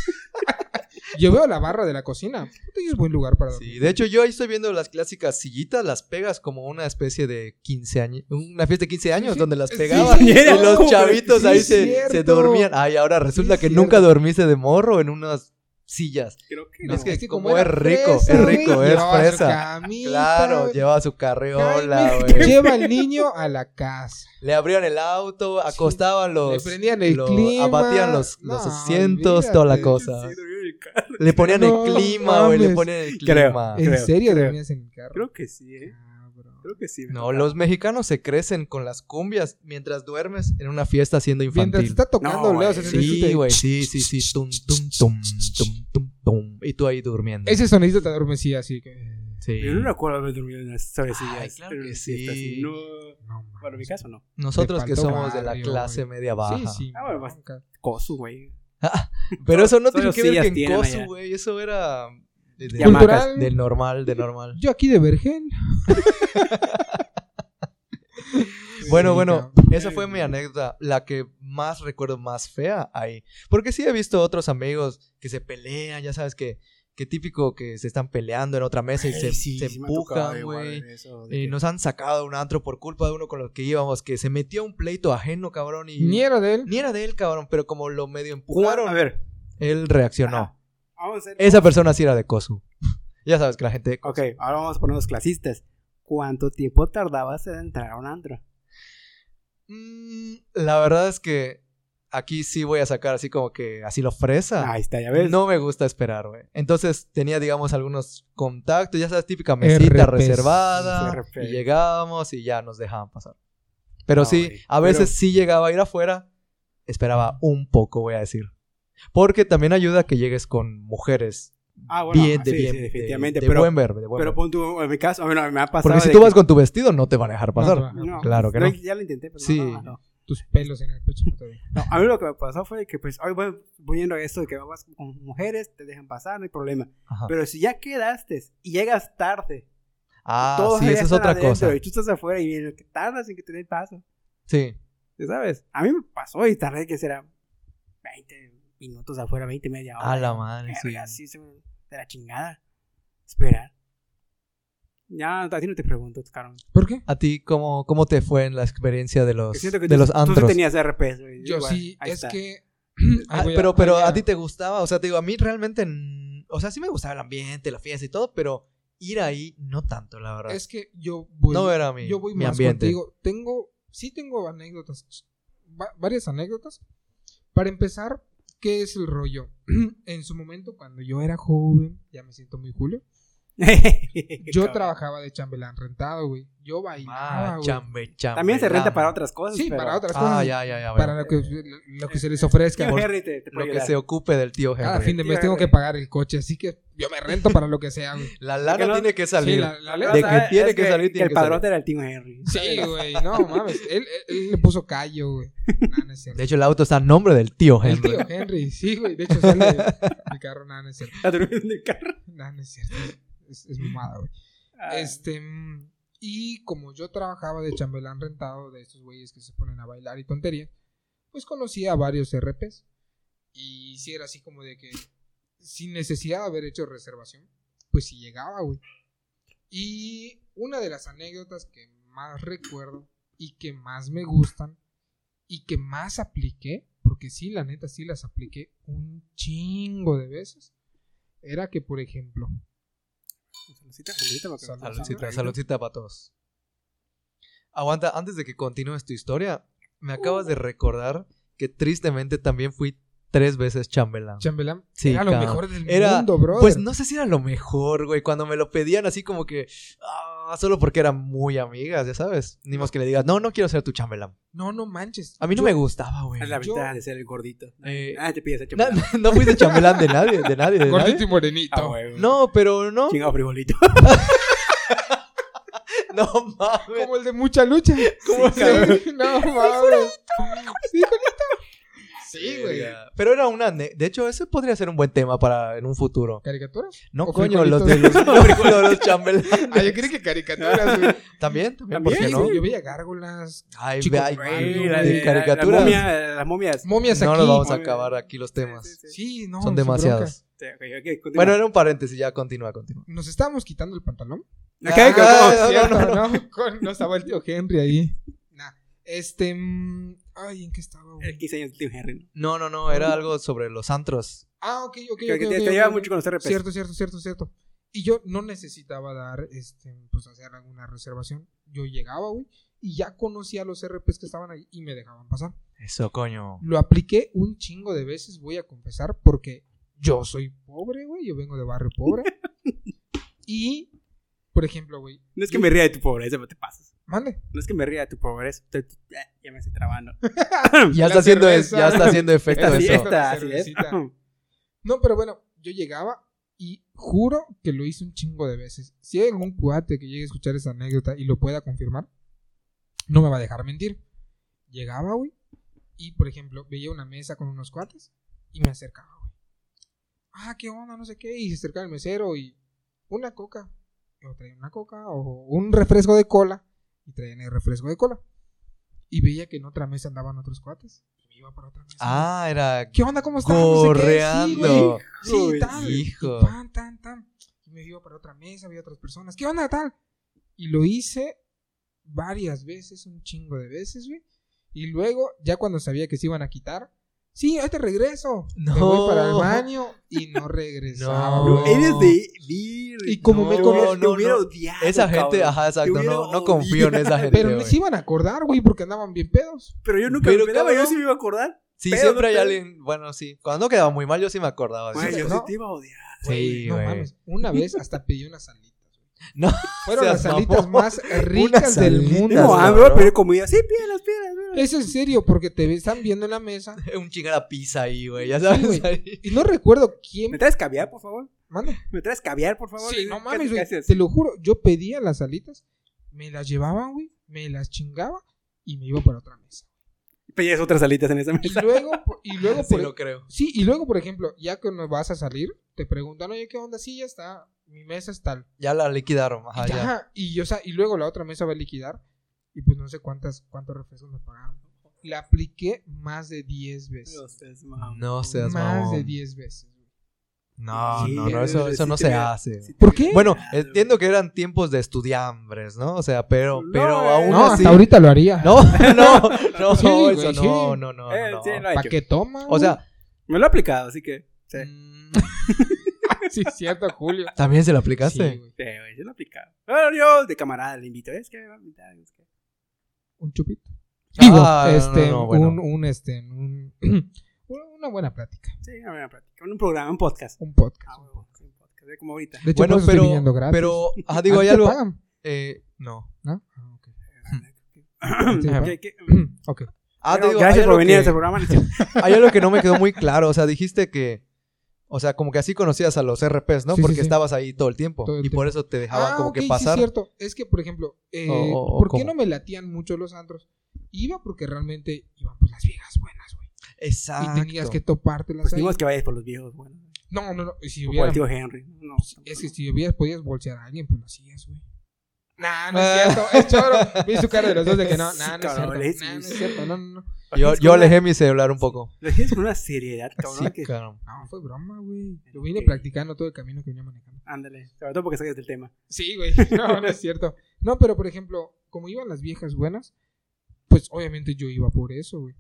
Yo veo la barra de la cocina. Puta, y es buen lugar para dormir. Sí, de hecho yo ahí estoy viendo las clásicas sillitas, las pegas como una especie de quince años, una fiesta de quince años sí. donde las Sí, pegaban sí, y era los como- chavitos sí, ahí es se, cierto. se dormían. Ay, ahora resulta Sí, que es nunca cierto. dormiste de morro en unas sillas. Creo que No, no. es que es que como como es era rico, fresa, es güey, rico, es llevaba su fresa. camita, Claro, güey. llevaba su carriola, Ay, güey. Lleva al niño a la casa. Le abrían el auto, acostaban los... Le prendían el los- clima. abatían los, los No, asientos, toda la olvídate. cosa. Sí, dormí en el carro. Le ponían No el clima, güey, le mames. ponían el Creo. clima. ¿En Creo, serio creo. dormías en el carro? Creo que sí, ¿eh? Cabrón. Creo que sí. me No, tocaba. los mexicanos se crecen con las cumbias mientras duermes en una fiesta siendo Mientras infantil. está tocando No, Leos güey. en el Sí, este- güey, sí, sí, sí. Tum, tum, tum, tum, tum, tum. y tú ahí durmiendo. Ese sonidito te adormecía así que... Sí. Yo no recuerdo haber dormido en las suavecillas. Ay, claro pero que sí. sí. No. No, mames. Bueno, en mi caso no. Nosotros Te que faltó somos de la barrio, clase güey. media baja. Sí, sí. Ah, bueno, no, pues- ca- Cosu, güey. Pero eso no Solo tiene que ver sillas que en tienen Cosu, allá. güey. Eso era de, de- Yamacas. Cultural. del normal, de normal. Yo aquí de Vergel. Bueno, Sí, bueno, cabrón. esa fue mi anécdota, la que más recuerdo más fea ahí. Porque sí he visto otros amigos que se pelean, ya sabes que, que típico que se están peleando en otra mesa y se, Ey, sí, se sí me ha tocado empujan, igual güey. ver eso, de Y que- nos han sacado un antro por culpa de uno con los que íbamos, que se metió a un pleito ajeno, cabrón, y... Ni era de él. Ni era de él, cabrón, pero como lo medio ¿Cuál? empujaron, A ver. él reaccionó. Ajá. Vamos a hacer... Esa persona sí era de Kosu. Ya sabes que la gente... de Kosu- Ok, ahora vamos a ponernos clasistas. ¿Cuánto tiempo tardabas en entrar a un antro? Mm, la verdad es que aquí sí voy a sacar así como que así lo fresa. Ahí está, ya ves. No me gusta esperar, güey. Entonces tenía, digamos, algunos contactos, ya sabes, típica mesita R Ps. reservada. R Ps. Y llegábamos y ya nos dejaban pasar. Pero No, sí, güey, a veces pero- sí llegaba a ir afuera. Esperaba un poco, voy a decir. Porque también ayuda a que llegues con mujeres. Ah, bueno, bien, de sí, bien, sí, de- definitivamente. de pero, buen ver, de buen pero ver. pon tú, en mi caso, bueno, me ha pasado. Porque si de tú que- vas con tu vestido, no te van a dejar pasar. No, no, No, Claro que yo no. Ya lo intenté, pero Sí. no, no, no. Tus pelos en el pecho. No, te doy. No, a mí lo que me pasó fue que, pues, hoy voy poniendo esto de que vas con mujeres, te dejan pasar, no hay problema. Ajá. Pero si ya quedaste y llegas tarde, Ah, todos sí, ya esa es están otra adentro cosa. y tú estás afuera y viene que tardas en que te den paso, Sí. ¿ya sabes? A mí me pasó y tardé que será veinte minutos afuera, veinte, media hora. A la madre, sí. Verga, sí, se me- de la chingada. Esperar. Ya, a ti no te pregunto, Carmen. ¿Por qué? ¿A ti cómo, cómo te fue en la experiencia de los, Que siento que de tú, los tú sí antros? tenías R Ps, güey. Yo Igual, sí, ahí es está. que... Ah, Ahí voy pero ahí pero voy a ti te gustaba, o sea, te digo, a mí realmente, n- o sea, sí me gustaba el ambiente, la fiesta y todo, pero ir ahí no tanto, la verdad. Es que yo voy... no era mi, yo voy mi más ambiente. contigo. Tengo... Sí tengo anécdotas. va- varias anécdotas. Para empezar, ¿qué es el rollo? En su momento, cuando yo era joven, ya me siento muy Julio, yo Cabrón. trabajaba de chambelán rentado, güey. Yo bailaba, Ah, güey. chambe, chambe. También se renta para otras cosas. Sí, pero- para otras Ah, cosas. ya, ya, ya. Para veo. lo que, lo que se les ofrezca. Tío Por- Henry te, te Lo puede que ayudar. se ocupe del tío Henry. Cada fin de Tío mes tengo Henry. que pagar el coche, así que yo me rento para lo que sea, güey. La lana Que no- tiene que salir. Sí, la- la- Lo de vas a que ver tiene es que salir, tiene el que padrote salir. era el tío Henry. Sí, güey, no mames. Él, él- él le puso callo, güey. Nah, no es cierto. De hecho, el auto está a nombre del tío El Henry. tío Henry, sí, güey. De hecho, sale el carro, nada, no es cierto. Está durmiendo en el carro. Nada, no es cierto. Es, es mamada, güey. Ah, Este, mm, y como yo trabajaba de chambelán rentado, de estos güeyes que se ponen a bailar y tontería, pues conocí a varios R Ps. Y si era así como de que, sin necesidad de haber hecho reservación, pues sí llegaba, güey. Y una de las anécdotas que más recuerdo y que más me gustan y que más apliqué, porque sí, la neta, sí las apliqué un chingo de veces, era que, por ejemplo, Saludcita, saludcita, porque- Salud. Saludcita, saludcita para todos. Aguanta, antes de que continúes tu historia, me acabas de recordar que tristemente también fui tres veces chambelán. chambelán Sí, era lo cabrón. mejor del Era, mundo, bro. Pues no sé si era lo mejor, güey. Cuando me lo pedían así como que... ah, solo porque eran muy amigas, ya sabes. Ni más que le digas, no, no quiero ser tu chambelán. No, no manches. A mí no Yo- me gustaba, güey. Es la Yo- ventaja de ser el gordito. Eh, Ah, te pides hecho. No, no fuiste chambelán de nadie, de nadie, de Gordito nadie. y morenito. Ah, güey. No, pero no. Chingado frivolito. No mames. Como el de mucha lucha. ¿Cómo Sí, se- no mames. Sí, Juanito. Sí, güey. Pero era una... ne- De hecho, ese podría ser un buen tema para en un futuro. ¿Caricaturas? No, ¿O coño, los de frijolitos? los, los, los, los chambelanes. Ah, yo creí que caricaturas, güey. También, también, ¿por También, qué Sí, no? güey, yo veía gárgolas. Ay, Chico, ay, güey, ay, la de de- caricaturas. La, la momia, las momias. Momias No aquí. nos vamos a Muy bien. acabar aquí los temas. Sí, sí, sí. Sí, no. Son sin demasiados. Sí, ok, ok, continúa. Bueno, era un paréntesis, ya continúa, continúa. bronca. Nos estábamos quitando el pantalón. Ok, Ah, ¿cómo? no, no, Cierto, no. no, Con- no estaba el tío Henry ahí. Nah. Este. mm, Ay, ¿en qué estaba, güey? El quince años del tío Henry. No, no, no, era algo sobre los antros. Ah, ok, ok, Que, ok. que ok, te, te ok, lleva ok. mucho con los R Ps. Cierto, cierto, cierto, cierto. Y yo no necesitaba dar, este, pues hacer alguna reservación. Yo llegaba, güey, y ya conocía a los R Ps que estaban ahí y me dejaban pasar. Eso, coño. Lo apliqué un chingo de veces, voy a confesar, porque yo soy pobre, güey, yo vengo de barrio pobre. Y, por ejemplo, güey. No es que yo- me ría de tu pobreza, pero te pasas. Mande. No es que me ría de tu pobreza. Te- te- ya, ya me estoy trabando. Ya La está haciendo, es- cerveza. ya está haciendo efecto La Así eso. fiesta. está, la así es. cervecita. No, pero bueno, yo llegaba Y juro que lo hice un chingo de veces. Si hay algún cuate que llegue a escuchar esa anécdota y lo pueda confirmar, no me va a dejar mentir. Llegaba, güey, y por ejemplo, veía una mesa con unos cuates y me acercaba, güey. Ah, qué onda, no sé qué. Y se acercaba el mesero y una coca. O traía una coca o un refresco de cola. Y traían el refresco de cola. Y veía que en otra mesa andaban otros cuates. Y me iba para otra mesa. Ah, era ¿Qué onda? ¿Cómo estás? No sé qué. Sí, güey. Sí, Uy, tal. hijo. Y pan, tan, tan. Y me iba para otra mesa, había otras personas. ¿Qué onda, tal? Y lo hice varias veces, un chingo de veces, güey. Y luego, ya cuando sabía que se iban a quitar, sí, ahorita regreso. No. Me voy para el baño y no regresaba. No. güey. Eres de vir. Y como No, me Te conocí, hubiera- te no, hubiera no. odiado, Esa gente, cabrón. ajá, Te exacto. hubiera No, no confío en esa odiado. gente. pero güey. se iban a acordar, güey, porque andaban bien pedos. Pero yo nunca Pero, me pegaba, yo cabrón. sí me iba a acordar. Sí, Pero siempre no hay te- alguien. Bueno, sí. Cuando no quedaba muy mal, yo sí me acordaba. Güey, Sí. yo ¿no? sí te iba a odiar. Sí, No güey. mames, una vez hasta pedí unas salitas, güey. No, Fueron seas las salitas mamón. más ricas del salitas, mundo. No, cabrón. ah, me voy a pedir comida. Sí, pídelas, pídelas, pídelas. Es en serio, porque te están viendo en la mesa. Un chingar a pizza ahí, güey. Ya Sí, sabes. güey. ahí. Y no recuerdo quién. ¿Me traes caviar, por favor? Mande. ¿Me traes caviar, por favor? Sí, no ¿Qué- mames, qué güey. haces? Te lo juro, yo pedía las salitas, me las llevaban, güey, me las chingaba y me iba para otra mesa. Pedías otras alitas en esa Y mesa. luego, y luego, Sí, por, lo creo. sí, y luego, por ejemplo, ya que no vas a salir, te preguntan, oye, ¿qué onda? Sí, ya está, mi mesa es tal. Ya la liquidaron. Ajá, y, ya. ajá, y, o sea, y luego la otra mesa va a liquidar y pues no sé cuántas, cuántos refrescos me pagaron. La apliqué más de diez veces. No seas mamón. No seas más mamón. de diez veces. güey. No, Sí, no, no, sí, eso, eso sí no te se hubiera- hace. sí te ¿Por hubiera qué? Bueno, odiado, entiendo que eran tiempos de estudiambres, ¿no? O sea, pero, No, pero eh, aún No, así. hasta ahorita lo haría. No, no, no, Sí, güey, eso sí. no, no, no, Eh, no. sí, lo he ¿Para hecho. qué toma? O sea, Me lo he aplicado, así que. Sí, mm, sí, es cierto, Julio. ¿también se lo Sí, aplicaste? güey. sí, güey, yo lo he aplicado. Bueno, yo de camarada le invito. Es que me va a invitar. Es que... Un chupito. Digo, Ah, no, este, no, no, bueno. un, un, este, un, una buena plática. Sí, una buena práctica. Un programa, un podcast. Un podcast. Ah, bueno, sí, un podcast. Como ahorita. De hecho, Bueno, por eso pero, estoy viniendo gratis. pero, ajá, digo, ¿A hay ti te algo. pagan? Eh, no. ¿No? Ah, ok. Sí, Ajá. ¿qué- qué? Ok. Ah, te Bueno, digo, gracias hay por algo venir a que- este programa. Hay algo que no me quedó muy claro. O sea, dijiste que. O sea, como que así conocías a los R Ps, ¿no? Sí, sí, Porque sí. estabas ahí todo el tiempo. Todo el y por tiempo. eso te dejaban Ah, como ok, que sí, pasar. es cierto. Es que, por ejemplo, eh, O- o- o ¿por qué ¿cómo? no me latían mucho los antros? Iba porque realmente iban pues las viejas buenas, güey. Exacto. Y tenías que topártelas Pues ahí. dimos que vayas por los viejos, bueno. No, no, no. Y si O por hubiera... el tío Henry. No, Es que si hubieras podías bolsear a alguien, pues lo hacías, güey. Nah, no es cierto. Es choro. Vi su cara de los dos de que no. Sí, Nah, no es cabrón, cierto. es- Nah, no es cierto. No, no, no. Yo, Es yo con alejé mi celular un poco. Lo dijiste con una seriedad, cabrón. Sí, que... claro. No, fue broma, güey. Lo vine Ok. practicando todo el camino que venía manejando. Ándale. Sobre todo porque sales del tema. Sí, güey. No, no es cierto. No, pero por ejemplo, como iban las viejas buenas, pues obviamente yo iba por eso, güey.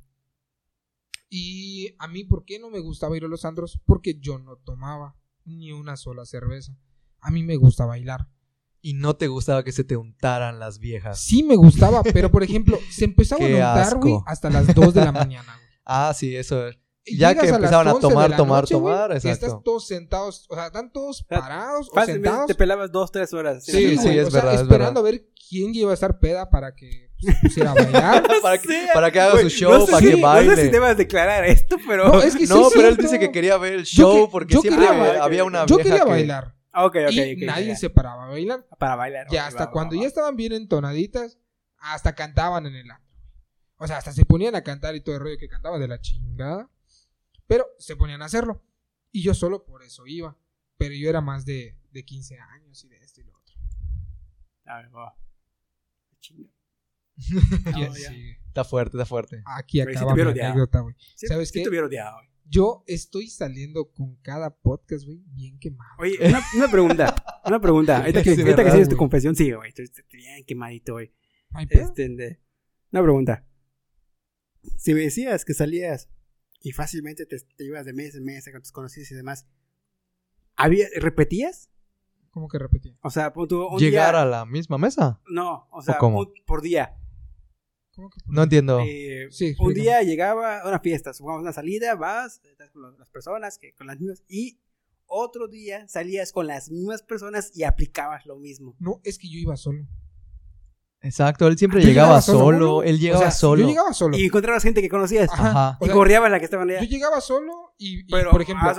Y a mí, ¿por qué no me gustaba ir a los antros? Porque yo no tomaba ni una sola cerveza. A mí me gusta bailar. Y no te gustaba que se te untaran las viejas. Sí me gustaba, pero por ejemplo, se empezaba Qué a untar, asco. güey, hasta las dos de la mañana, güey. Ah, sí, eso es. Y Ya llegas que a las empezaban a once de tomar, la tomar, noche, güey, tomar, y exacto. estás todos sentados, o sea, están todos sea, parados o Fácilmente sentados. te pelabas dos, tres horas. Sí, Sí, güey, sí, es o sea, verdad, es esperando a ver quién iba a estar peda para que se pusiera a bailar. para, que, Sí, para que haga güey, su show, no sé para si- que baile. No sé si debas declarar esto, pero... No, es que sí No, es pero él cierto. dice que quería ver el Yo show que- porque yo siempre quería había, bailar. una Yo vieja quería que- bailar Ah, ok, ok, y ok, nadie ya. se paraba a bailar. Para bailar. Ya ok, hasta va, cuando va, ya va. estaban bien entonaditas, hasta cantaban en el antro. O sea, hasta se ponían a cantar y todo el rollo que cantaban de la chingada. Pero se ponían a hacerlo. Y yo solo por eso iba. Pero yo era más de, de quince años y de esto y lo otro. A ver, va. Chinga. Y No, así, ya. Está fuerte, está fuerte. aquí Güey, sí te acaba mi hubiera odiado. anécdota, güey. Sí, ¿Sabes sí qué? te hubiera odiado, güey. Yo estoy saliendo con cada podcast, güey, bien quemado. Oye, una, una pregunta. Una pregunta. Ahorita que, Sí, ahorita que verdad, sigues tu güey. confesión, sí, güey. Estoy estoy bien quemadito, güey. ¿Hay pedo? Este, de- una pregunta. Si me decías que salías y fácilmente te, te ibas de mes en mes con tus conocidos y demás, ¿había, ¿repetías? ¿Cómo que repetí? O sea, pon tú un ¿Llegar día... a la misma mesa? No, o sea, cómo? un- por día. ¿Cómo que? No entiendo. Eh, Sí, un explícame. día llegaba a una fiesta, supongamos una salida, vas, estás con los- las personas, que, con las mismas, y otro día salías con las mismas personas y aplicabas lo mismo. No, es que yo iba solo. Exacto, él siempre Yo llegaba, llegaba solo. solo, Él llegaba O sea, solo. Yo llegaba solo. Y encontrabas gente que conocías. Ajá. Ajá. O Y sea, correabas la que estaban allá. yo llegaba solo y, y, Pero, por ejemplo, haz- voy-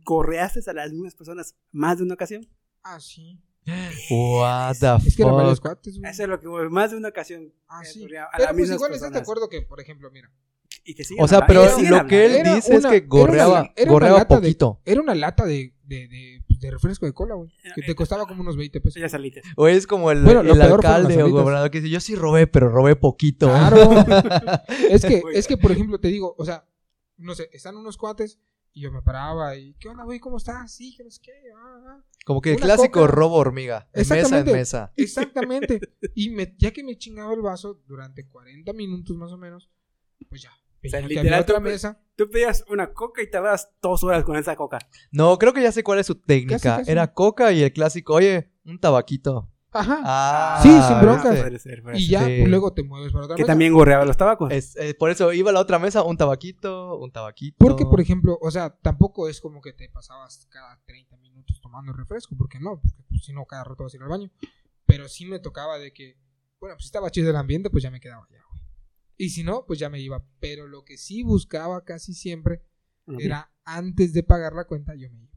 ¿Gorreaste a las mismas personas más de una ocasión? Ah, sí. What the Es que eran varios fuck. cuates, güey. Eso es lo que voy, más de una ocasión. Ah, he sí. gorreado a Pero las pues mismas igual estás de personas. acuerdo que, por ejemplo, mira. Y que siguen O sea, hablando, pero y siguen lo que él hablando. Era dice es una- que era una- gorreaba, era una gorreaba lata de- poquito. Era una lata de, de, de, pues, de refresco de cola, güey. Que te costaba como unos veinte pesos. Ya saliste. O es como el, Bueno, lo el peor fueron alcalde las o alitas. gobernador que dice, yo sí robé, pero robé poquito. Claro. es que, Oiga. es que, por ejemplo, te digo, o sea, no sé, están unos cuates y yo me paraba y, ¿qué onda, güey? ¿Cómo estás? Sí, que no sé qué. Ah, ah. Como que el Una clásico coca. robo hormiga. En mesa en Exactamente. mesa. Exactamente. Y me, ya que me chingaba el vaso durante cuarenta minutos más o menos, pues ya. O sea, Veía que literal, había otra tú- mesa. Tú pedías una coca y tardabas dos horas con esa coca. No, creo que ya sé cuál es su técnica. Casi, casi. Era coca y el clásico, oye, un tabaquito. Ajá. Ah, Sí, sin broncas. ¿viste? Puede ser, puede y ser. ya sí. luego te mueves para otra Que mesa. también gorreaba los tabacos. Es- eh, por eso iba a la otra mesa, un tabaquito, un tabaquito. Porque, por ejemplo, o sea, tampoco es como que te pasabas cada treinta minutos tomando refresco, porque no, porque pues, si no, cada rato vas a ir al baño. Pero sí me tocaba de que, bueno, pues si estaba chido el ambiente, pues ya me quedaba allá, güey. Y si no, pues ya me iba. Pero lo que sí buscaba casi siempre Ujú. era antes de pagar la cuenta, yo me iba.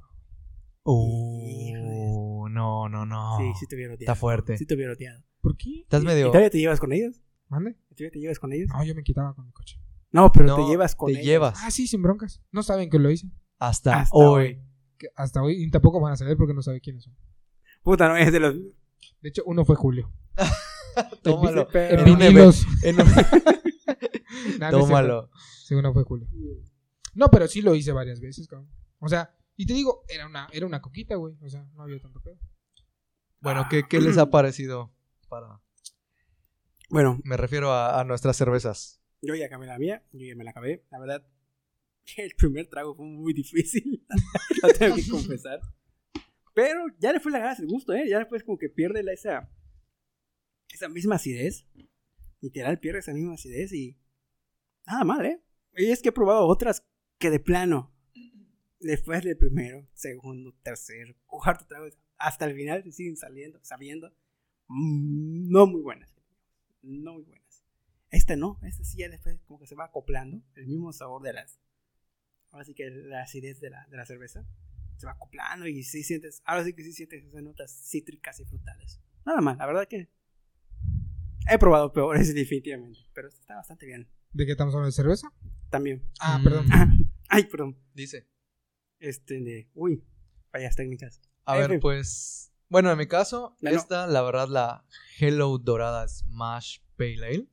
Uh, no, no, no. Sí, sí te hubiera odiado. Está fuerte. Sí te hubiera odiado. ¿Por qué? Estás ¿Y medio... todavía te llevas con ellos? ¿Mande? ¿Todavía te llevas con ellos? No, yo me quitaba con mi coche. No, pero No, te llevas con te ellos. llevas. Ah, sí, sin broncas. No saben que lo hice. Hasta, Hasta hoy. hoy. Que hasta hoy y tampoco van a saber porque no saben quiénes son. Puta, no es de los... De hecho, uno fue Julio. Tómalo. Pero- En un vinilos. En un- Nah, no es cierto. Tómalo. Sí, uno fue Julio. No, pero sí lo hice varias veces, cabrón. O sea, y te digo, era una, era una coquita, güey. O sea, no había tanto pedo. Bueno, ¿qué, qué les ha parecido? Para... Bueno, Me refiero a, a nuestras cervezas. yo ya acabé la mía. Yo ya me la acabé. La verdad, el primer trago fue muy difícil. Lo tengo que confesar. Pero ya después le agarras el gusto, ¿eh? Ya después como que pierde la, esa... Esa misma acidez. Literal, pierde esa misma acidez y... Nada mal, ¿eh? Y es que he probado otras que de plano... Después del primero, segundo, tercero, cuarto trago, hasta el final se siguen saliendo, sabiendo, mm, no muy buenas, no muy buenas. Esta no, esta sí ya después como que se va acoplando, el mismo sabor de las, ahora sí que la acidez de la, de la cerveza, se va acoplando y sí sientes, ahora sí que sí sientes esas notas cítricas y frutales. Nada más, la verdad que he probado peores definitivamente, pero esta está bastante bien, ¿De qué estamos hablando? ¿De cerveza? también. Ah, Mm. perdón. Ay, perdón, Dice. este de, uy, fallas técnicas. A En ver, fin. pues... Bueno, en mi caso, No, no. esta, la verdad, la Hello Dorada Smash Pale Ale.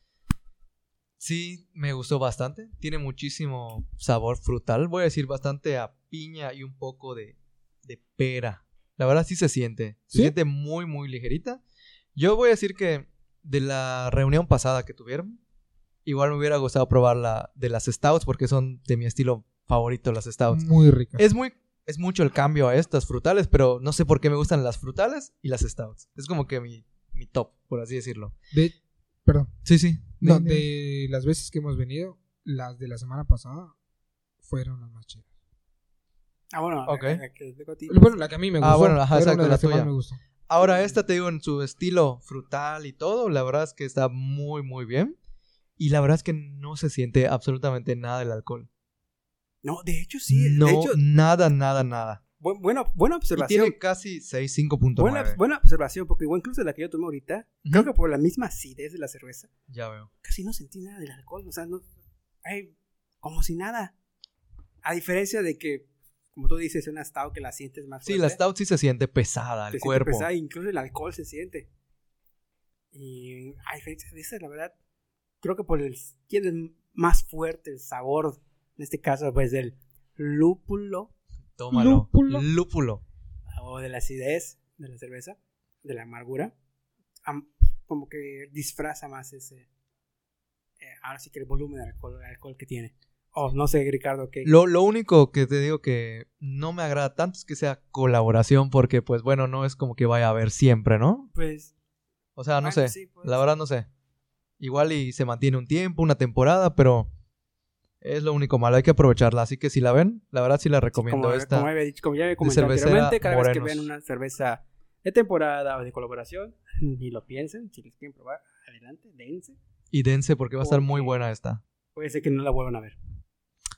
Sí, me gustó bastante. Tiene muchísimo sabor frutal. Voy a decir bastante a piña y un poco de, de pera. La verdad sí se siente. Se ¿Sí? siente muy, muy ligerita. Yo voy a decir que de la reunión pasada que tuvieron, igual me hubiera gustado probar la de las Stouts porque son de mi estilo favorito las Stouts. Muy rica. Es muy es mucho el cambio a estas frutales, pero no sé por qué me gustan las frutales y las Stouts. Es como que mi, mi top, por así decirlo. De, perdón. Sí, sí. No, De- de- de las veces que hemos venido, las de la semana pasada fueron las más chidas. Ah, bueno, Ok. la- la que tengo a ti. Bueno, la que a mí me Ah, gustó. bueno, ajá, era exacto, una de la las que más tuya. me gustó. Ahora esta te digo en su estilo frutal y todo, la verdad es que está muy muy bien. Y la verdad es que no se siente absolutamente nada del alcohol. No, de hecho sí, no, de hecho, nada, nada, nada. bu- bueno, buena Y observación. tiene casi seis, cinco punto Buena, nueve. buena observación, porque igual incluso la que yo tomé ahorita, Ujú. creo que por la misma acidez de la cerveza, Ya veo. casi no sentí nada del alcohol, o sea, no, ay, como si nada. A diferencia de que, como tú dices, una stout que la sientes más Sí, fuerte, la stout sí se siente pesada, te el siente cuerpo. pesada, incluso el alcohol se siente. Y a diferencia de esa, la verdad, creo que por el tiene más fuerte el sabor, en este caso, pues del lúpulo Tómalo. Lúpulo. Lúpulo. o de la acidez de la cerveza, de la amargura, am- como que disfraza más ese, eh, ahora sí que el volumen de alcohol, el alcohol que tiene. Oh, no sé, Ricardo, que Lo, lo único que te digo que no me agrada tanto es que sea colaboración porque, pues bueno, no es como que vaya a haber siempre, ¿no? pues, O sea, no bueno, sé. sí, pues, La verdad no sé. Igual y se mantiene un tiempo, una temporada, pero es lo único malo. Hay que aprovecharla. Así que si la ven, la verdad sí la recomiendo como, esta. como, había dicho, como ya había comentado cervecera anteriormente, cada vez que Morenos. vean una cerveza de temporada o de colaboración, ni lo piensen, si les quieren probar, adelante, dense. Y dense porque va a estar muy Porque- buena esta. Puede ser que no la vuelvan a ver.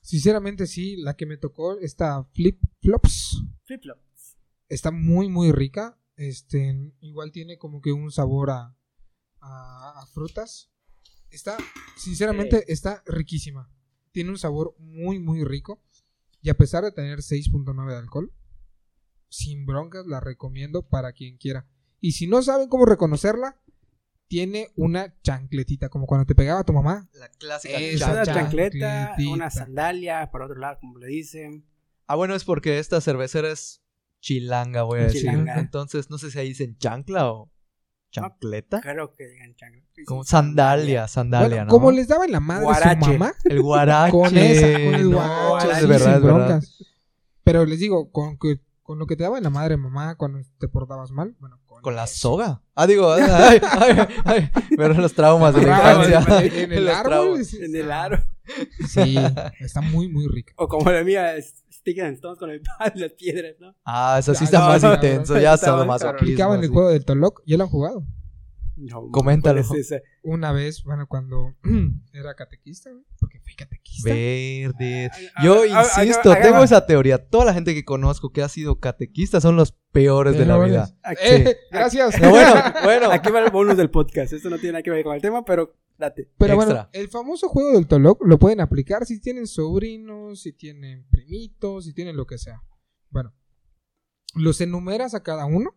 Sinceramente sí, la que me tocó, esta Flip Flops, Flip-flops. está muy muy rica. Este, igual tiene como que un sabor a, a, a frutas. Está, sinceramente, Eh. está riquísima. Tiene un sabor muy muy rico. Y a pesar de tener seis punto nueve de alcohol, sin broncas la recomiendo para quien quiera. Y si no saben cómo reconocerla, tiene una chancletita, como cuando te pegaba tu mamá. La clásica Esa Una chancla. chancleta, chancletita. una sandalia, por otro lado, como le dicen. Ah, bueno, es porque esta cervecera es chilanga, voy a decir. Chilanga. Entonces, no sé si ahí dicen chancla o chancleta. Creo que digan chancleta. Sí, Como sí, sandalia, sandalia, Bueno, ¿no? como les daba en la madre Guarache. su mamá, El guarache. con esa, con el No, guarache, es sí, verdad, sin es verdad. broncas. Pero les digo, con, que, con lo que te daba en la madre mamá cuando te portabas mal, bueno, con, Con la eso. soga. Ah, digo, ay, ay, ay, pero los traumas de la Agarrabas infancia. en, en el Los árbol. traumas. sí, En el aro. Sí, está muy, muy rica. O como la mía, Stick and Stones con el palo y las piedras, ¿no? Ah, eso sí Ah, está no, más no, intenso. no, Ya está está más más Aplicaban el juego del Toloc, ¿ya lo han jugado? No, Coméntalo. ¿cuál es esa? Una vez, bueno, cuando era catequista, güey, porque fui catequista. Verde. Ah, Yo ah, ah, insisto, ah, ah, tengo ah, esa teoría. Toda la gente que conozco que ha sido catequista son los peores de la Peores. vida. Aquí, Eh, gracias. No, bueno, bueno. aquí va el bonus del podcast. Esto no tiene nada que ver con el tema, pero date. Pero Extra. bueno, el famoso juego del Toloc lo pueden aplicar si tienen sobrinos, si tienen primitos, si tienen lo que sea. Bueno, los enumeras a cada uno.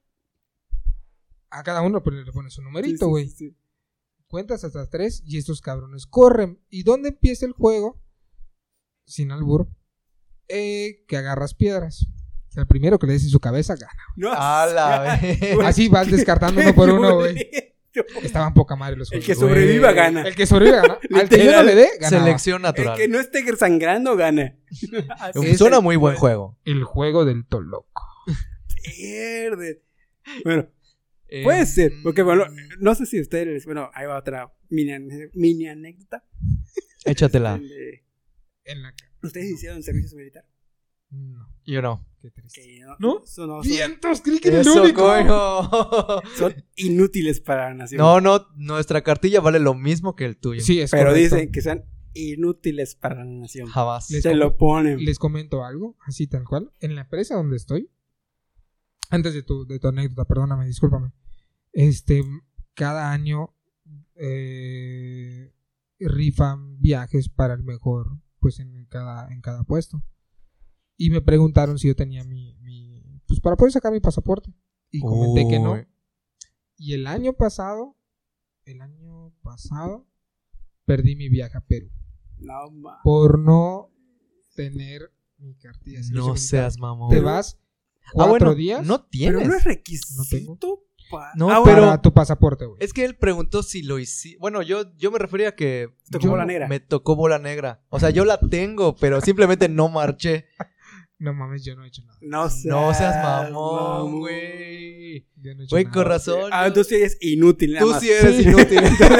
A cada uno le pones su Sí, numerito, sí, güey. sí, sí. Cuentas hasta tres y estos cabrones corren. ¿Y dónde empieza el juego? Sin albur. Eh, que agarras piedras. O sea, el primero que le des en su cabeza gana. No, A la güey, vez. Así vas descartando uno por uno, güey. violento. Estaban poca madre los El juegos. que Güey. sobreviva gana. El que sobrevive gana. Al que yo no Literal. le dé, gana. Selección El natural. que no esté sangrando gana. Así Es Suena el muy buen juego. El juego del Toloco. Pierde. Bueno, Eh, puede ser. Porque bueno, mm, no sé si ustedes. Bueno, ahí va otra mini, ane- mini anécdota. Échatela. De- En la... ¿Ustedes hicieron servicio militar? No. Yo no. Qué triste. Que no. ¿No? Son, no, son- ¡Vientos! Creí que era el Eso, único. coño. son inútiles para la nación. No, no, nuestra cartilla vale lo mismo que el tuyo. Sí, es pero correcto. dicen que son inútiles para la nación. Jamás. Les- Se lo ponen. Les comento algo, así tal cual. En la empresa donde estoy, antes de tu, de tu anécdota, perdóname, discúlpame. Este, cada año eh, rifan viajes para el mejor, pues en cada, en cada puesto. Y me preguntaron si yo tenía mi, mi pues para poder sacar mi pasaporte. Y comenté que no. Uy. Y el año pasado, el año pasado, perdí mi viaje a Perú. No, ma. Por no tener mi cartilla de servicio No militar. seas mamón. Te vas Ah, cuatro bueno, días no Pero tienes. no es requisito. No tengo. pa- No, Ah, pero- bueno, para tu pasaporte, güey. Es que él preguntó si lo hice. Bueno, yo, yo me refería a que te tocó yo bola no- negra. me tocó bola negra. O sea, yo la tengo, pero simplemente no marché. No mames, yo no he hecho nada. No seas, No seas mamón, güey. Yo no he hecho Güey, nada. con razón. Ah, yo- tú sí eres inútil. Nada Tú más. sí eres Sí. inútil.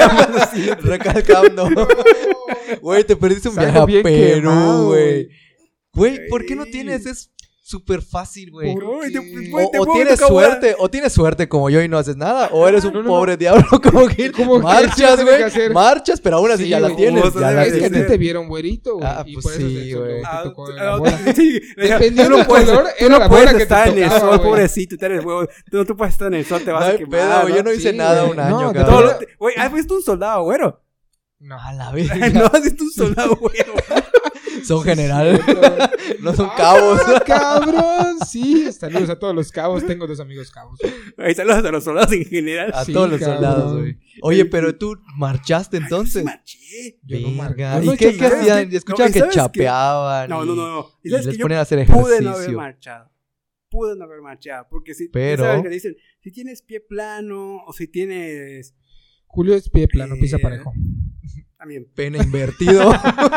Recalcando. Güey, te perdiste un Salgo viaje a bien Perú, quemado, güey. güey. Güey, ¿por qué no Güey. tienes? Es súper fácil, güey. Por- Uy, te- Porque- güey, O, te o puedo tienes tocar bola. suerte, o tienes suerte como yo y no haces nada, o eres un No, no, no. pobre diablo como Gil. Como que sí Marchas, tiene güey. que hacer. Marchas, pero aún así Sí, ya la güey. tienes. Vos Ya debes la Es que a ti tienes. te vieron güerito, güey. Ah, y pues por eso sí, te, güey. te Ah, tocó tú- la ah, bola. sí, mira, Dependiendo tú no del puedes- color, tú era no la puedes bola que te estar en el tocaba, sol, güey. pobrecito. Tú, eres huevo. Tú no tú puedes estar en el sol, te vas No a hay quemar. pedo, güey, yo no Sí, hice nada güey. un año, No, cabrón. Todo Pero- lo- Güey, ¿has visto un soldado güero? No. A la vez. No has visto un soldado güero. Son general. Cierto. No son Ah, cabos. cabrón, sí. Saludos a todos los cabos. Tengo dos amigos cabos. Ahí saludos a los soldados en general. A Sí, todos los cabrón. soldados, güey. Oye, pero tú marchaste entonces. Ay, yo sí marché. Yo no marqué. Verga. Yo no ¿Y he qué, hecho qué nada. hacían? No, Escuchaba ¿y que sabes qué? chapeaban. No, y- no, no, no. Y, ¿Y sabes les que yo ponían a hacer pude no haber ejercicio. marchado? Pude no haber marchado. Porque si, Pero- ¿sabes que dicen? Si tienes pie plano o si tienes... Julio es pie plano, Eh, pisa parejo. También. Pene invertido.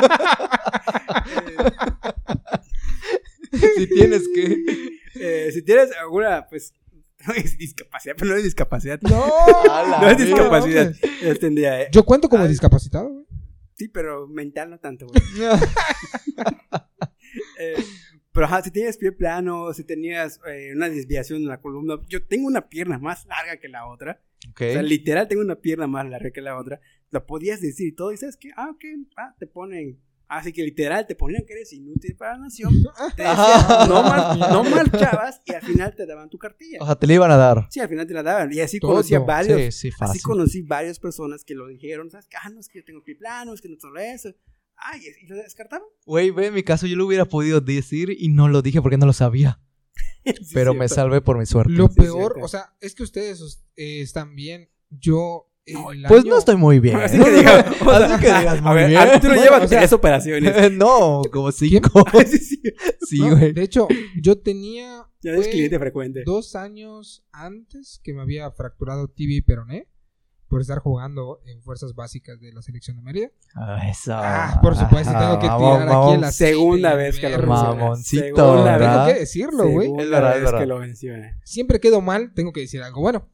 Si tienes que. Eh, si tienes alguna, pues... No es discapacidad, pero no es discapacidad. No, A la No es verga. discapacidad. Ya tendría, eh. Yo cuento como Ay. discapacitado, güey. Sí, pero mental no tanto, güey. Eh, pero ajá, si tienes pie plano, si tenías eh, una desviación en la columna, yo tengo una pierna más larga que la otra. Ok. O sea, literal tengo una pierna más larga que la otra. Lo podías decir y todo. Y sabes que, ah, ok, ah, te ponen Así que literal te ponían que eres inútil para la nación. Te decían, no, mar- no marchabas y al final te daban tu cartilla. O sea, te la iban a dar. Sí, al final te la daban. Y así Todo. conocí a varios. Sí, sí, fácil. Así conocí varias personas que lo dijeron. ¿Sabes? Ah, no, es que yo tengo plano, es que no solo eso. Ay, y lo descartaron. Güey, ve, en mi caso yo lo hubiera podido decir y no lo dije porque no lo sabía. Sí, Pero me cierto. salvé por mi suerte. Lo Sí, peor, cierto. o sea, es que ustedes eh, están bien. Yo. No, el Pues año- no estoy muy bien. Así que digas, o sea, Así que digas muy a ver, bien. Arturo Bueno, lleva o sea, tres operaciones. No, como cinco. Sí, sí. Sí, No, güey. de hecho, yo tenía. Ya eres fue cliente frecuente. Dos años antes que me había fracturado tibia y peroné por estar jugando en fuerzas básicas de la selección de Mérida. Ah, eso. Ah, por supuesto, tengo que Vamos, tirar aquí vamos. el aceite, Segunda vez que lo verga. menciona. Mamoncito, Segunda vez. ¿verdad? Tengo que decirlo, güey. Segunda Es verdad, es vez verdad. que lo menciona. Siempre quedo mal, tengo que decir algo. Bueno,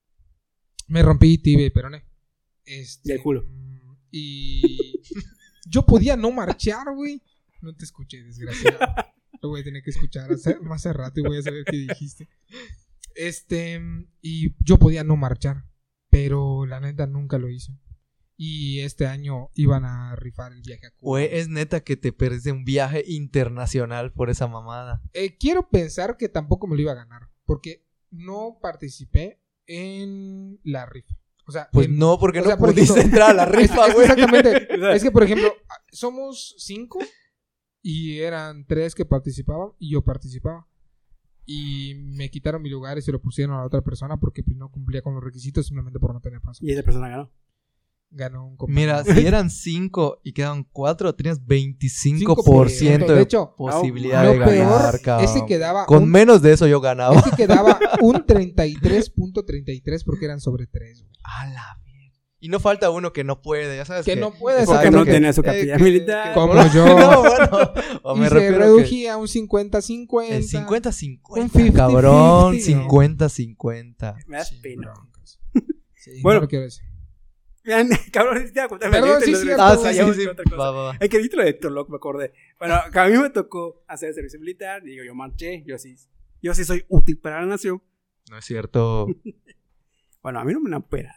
me rompí tibia y peroné. Este, Y el culo. mm, Y yo podía no marchar, güey. No te escuché, desgraciado. Lo voy a tener que escuchar hace- más hace rato y voy a saber qué dijiste. Este, y yo podía no marchar, pero la neta nunca lo hice. Y este año iban a rifar el viaje a Cuba. Güey, es neta que te perdiste un viaje internacional por esa mamada. Eh, quiero pensar que tampoco me lo iba a ganar, porque no participé en la rifa. O sea, Pues en- no, porque o no sea, por pudiste ejemplo, entrar a la rifa, es- güey. Exactamente. O sea, Es que, por ejemplo, somos cinco y eran tres que participaban y yo participaba. Y me quitaron mi lugar y se lo pusieron a la otra persona porque pues, no cumplía con los requisitos simplemente por no tener paso. Y esa persona ganó. Ganó un compañero. Mira, si eran cinco y quedaban cuatro, tenías veinticinco cinco por ciento De de hecho, posibilidad lo de ganar, peor cabrón. es que quedaba Con un, menos de eso yo ganaba. es que quedaba un treinta y tres punto treinta y tres porque eran sobre tres. güey. A la mierda. Y no falta uno que no puede, ya sabes Que no puede, exacto, porque no que- tenía su eh, cartilla que- militar. que- Como no, yo. No, bueno. O Y me se refiero que redujía a un cincuenta cincuenta. el cincuenta cincuenta, Un cincuenta cabrón, cincuenta, ¿no? cincuenta cincuenta. Me das Sin pena. broncas. Sí, Bueno. no lo quiero decir. Vean, cabrón, te iba a contar. Perdón, me sí, lo- cierto, Ah, güey. ya sí, voy sí, a otra cosa. va, va, va. Es que dijiste lo de Torlock, me acordé. Bueno, que a mí me tocó hacer el servicio militar. Digo, yo marché. Yo sí, yo sí soy útil para la nación. No es cierto. Bueno, a mí no me han operado.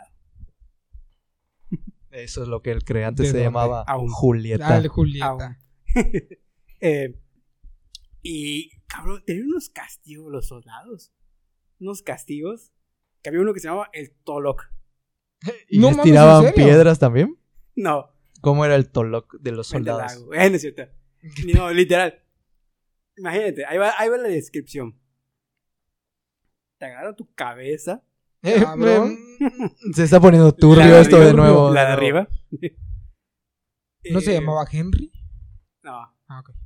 Eso es lo que él cree. Antes ¿De se dónde? llamaba Aún. Julieta. Dale, Julieta. Aún. Eh, y, cabrón, tenían unos castigos los soldados. Unos castigos. Que había uno que se llamaba el Toloc. ¿Y No les mames, ¿en tiraban serio? piedras también? No, ¿Cómo era el toloc de los el del soldados? lago. Eh, no es cierto. No, literal. Imagínate, ahí va, ahí va la descripción. Te agarran tu cabeza. Eh, Cabrón. mm, se está poniendo turbio La de esto de arriba, nuevo. La de de nuevo. arriba. ¿No se Eh, llamaba Henry? No, Ah, ok.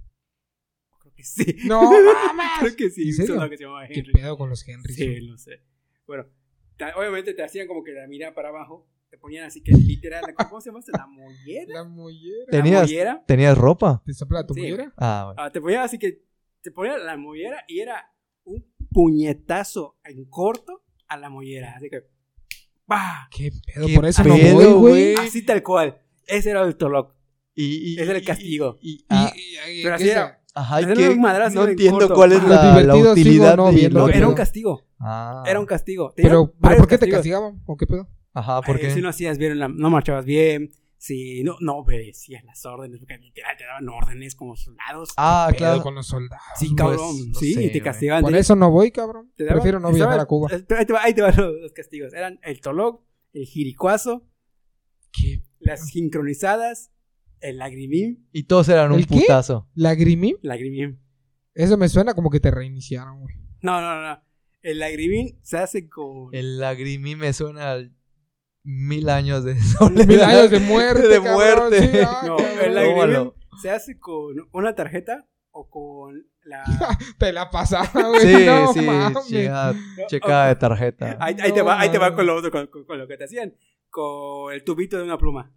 creo que sí. No mames. Creo que sí. ¿En un serio? soldado que se llamaba ¿Qué Henry. pedo con los Henrys? Sí, no sé. Bueno, ta- obviamente te hacían como que la mirada para abajo. Te ponían así que literal. ¿Cómo se llama? ¿La mollera? La mollera. La ¿Tenías, mollera. ¿Tenías ropa? ¿Te sopla tu Sí. mollera? Ah, bueno. Ah, te ponían así que. Te ponían la mollera y era un puñetazo en corto a la mollera. Así que. ¡Bah! ¿Qué pedo? ¿Qué Por eso no pedo, voy, güey. güey? Así tal cual. Ese era el Toloc. Y, y, Ese era el y- castigo. y- y- Y- ah, y- y- Pero ¿qué así se- era. ajá, hacer que un madrazo no en entiendo corto. cuál es Lo la, la divertido, sigo utilidad no de viendo lo No, qué que- era un pedo. castigo. Ah. Era un castigo. Tenía Pero, ¿pero varios ¿por qué te castigos. castigaban? ¿O qué pedo? Ajá, ¿por Eh, qué? Si no hacías bien, la- no marchabas bien. Si no, no obedecías las órdenes. Porque literal te daban órdenes como soldados. Ah, Pedo claro. con los soldados. Sí, güey. cabrón. pues, no sí, sé, y te güey. castigaban. Por Te- eso no voy, cabrón. te daban- Prefiero no estaba- viajar a Cuba. Ahí te, va- ahí te van los, los castigos. Eran el Toloc, el Jiricuazo, ¿Qué? las sincronizadas, el lagrimín. Y todos eran un ¿El qué? putazo. ¿Lagrimín? Lagrimín. Eso me suena como que te reiniciaron, güey. No, no, no. El lagrimín se hace con. El lagrimí me suena al mil años de soledad. Mil años de muerte, De cabrón, muerte. sí, ah, No, cabrón. el lagrimín Tómalo. se hace con una tarjeta o con la. Te la pasaba, güey. Sí, no sí, mames. checa, checa de tarjeta. Ahí, ahí te va, ahí te va No, con lo otro, con, con- con lo que te hacían. Con el tubito de una pluma.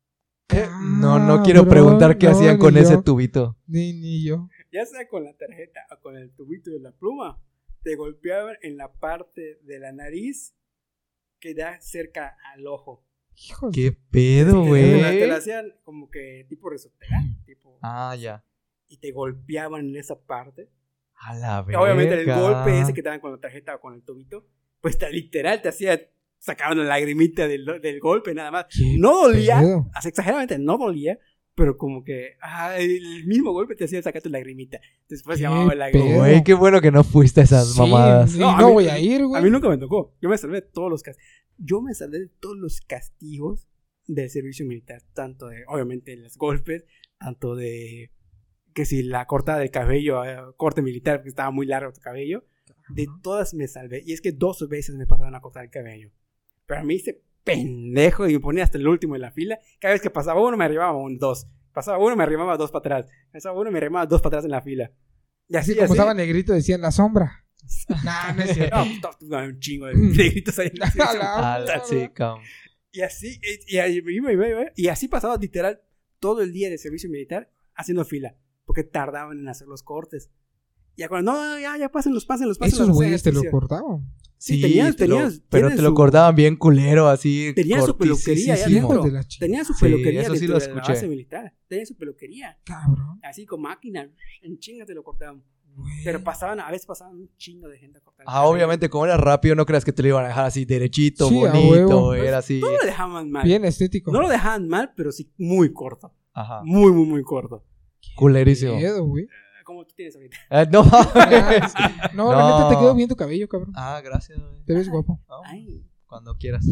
Eh, No, no quiero Cabrón, preguntar qué no, hacían ni con yo. ese tubito. Ni, ni yo. Ya sea con la tarjeta o con el tubito de la pluma, te golpeaban en la parte de la nariz que da cerca al ojo. Hijo de- ¿Qué pedo, Te, te la- güey? te la hacían como que tipo resotera, tipo, Ah, ya. y te golpeaban en esa parte. A la verga. Obviamente el golpe ese que te daban con la tarjeta o con el tubito, pues te, literal te hacía, sacaban la lagrimita del, del golpe nada más. ¿Qué No dolía, pedo? así exageradamente no dolía, pero como que ah, el mismo golpe te hacía sacar tu lagrimita. Después Qué llamaba la lagrimita. pedo. Güey, qué bueno que no fuiste a esas Sí, mamadas. y No, no, a mí- voy a ir, güey. A mí nunca me tocó. Yo me salvé de todos los castigos. Yo me salvé de todos los castigos del servicio militar. Tanto de, obviamente, los golpes, tanto de que si la cortada del cabello, eh, corte militar, porque estaba muy largo tu cabello. De todas me salvé. Y es que dos veces me pasaron a cortar el cabello. Pero a mí hice pendejo y me ponía hasta el último de la fila. Cada vez que pasaba uno, me arribaba un dos. Pasaba uno, me arrimaba dos para atrás. Pasaba uno, me arrimaba dos para atrás en la fila. Y así, Así como así. estaba negrito, decían la sombra. Nah, no es cierto. No, pues, no, no, un chingo de negritos ahí. A la- A la chica. Y así, y, y, y, iba, iba, iba, y así pasaba literal todo el día de servicio militar haciendo fila. Porque tardaban en hacer los cortes. Y ya cuando, no, ya, ya, pásenlos, pásenlos, pásenlos. Esos güeyes te lo cortaban. cortaban. Sí, Sí, tenían, te lo- tenían, pero tienen te lo su- cortaban bien culero, así. Tenían su peluquería allá cortisísimo. adentro. Hijos de la chica. Tenían su Sí, peluquería eso sí dentro lo de la escuché. base militar. Tenían su peluquería. Cabrón. Así con máquina. En chinga te lo cortaban. Güey. Pero pasaban, a veces pasaban un chingo de gente a cortar. el Ah, cabello. obviamente, como era rápido, no creas que te lo iban a dejar así derechito, Sí, a bonito. huevo. Era así. No lo dejaban mal. Bien estético. No lo dejaban mal, pero sí muy corto. Ajá. Muy, muy, muy corto. Culerísimo. Miedo, güey. Como tú tienes ahorita. Eh, no. Ah, No, la No. neta te quedó bien tu cabello, cabrón. Ah, gracias, güey. Te ves guapo. No, Ay. cuando quieras.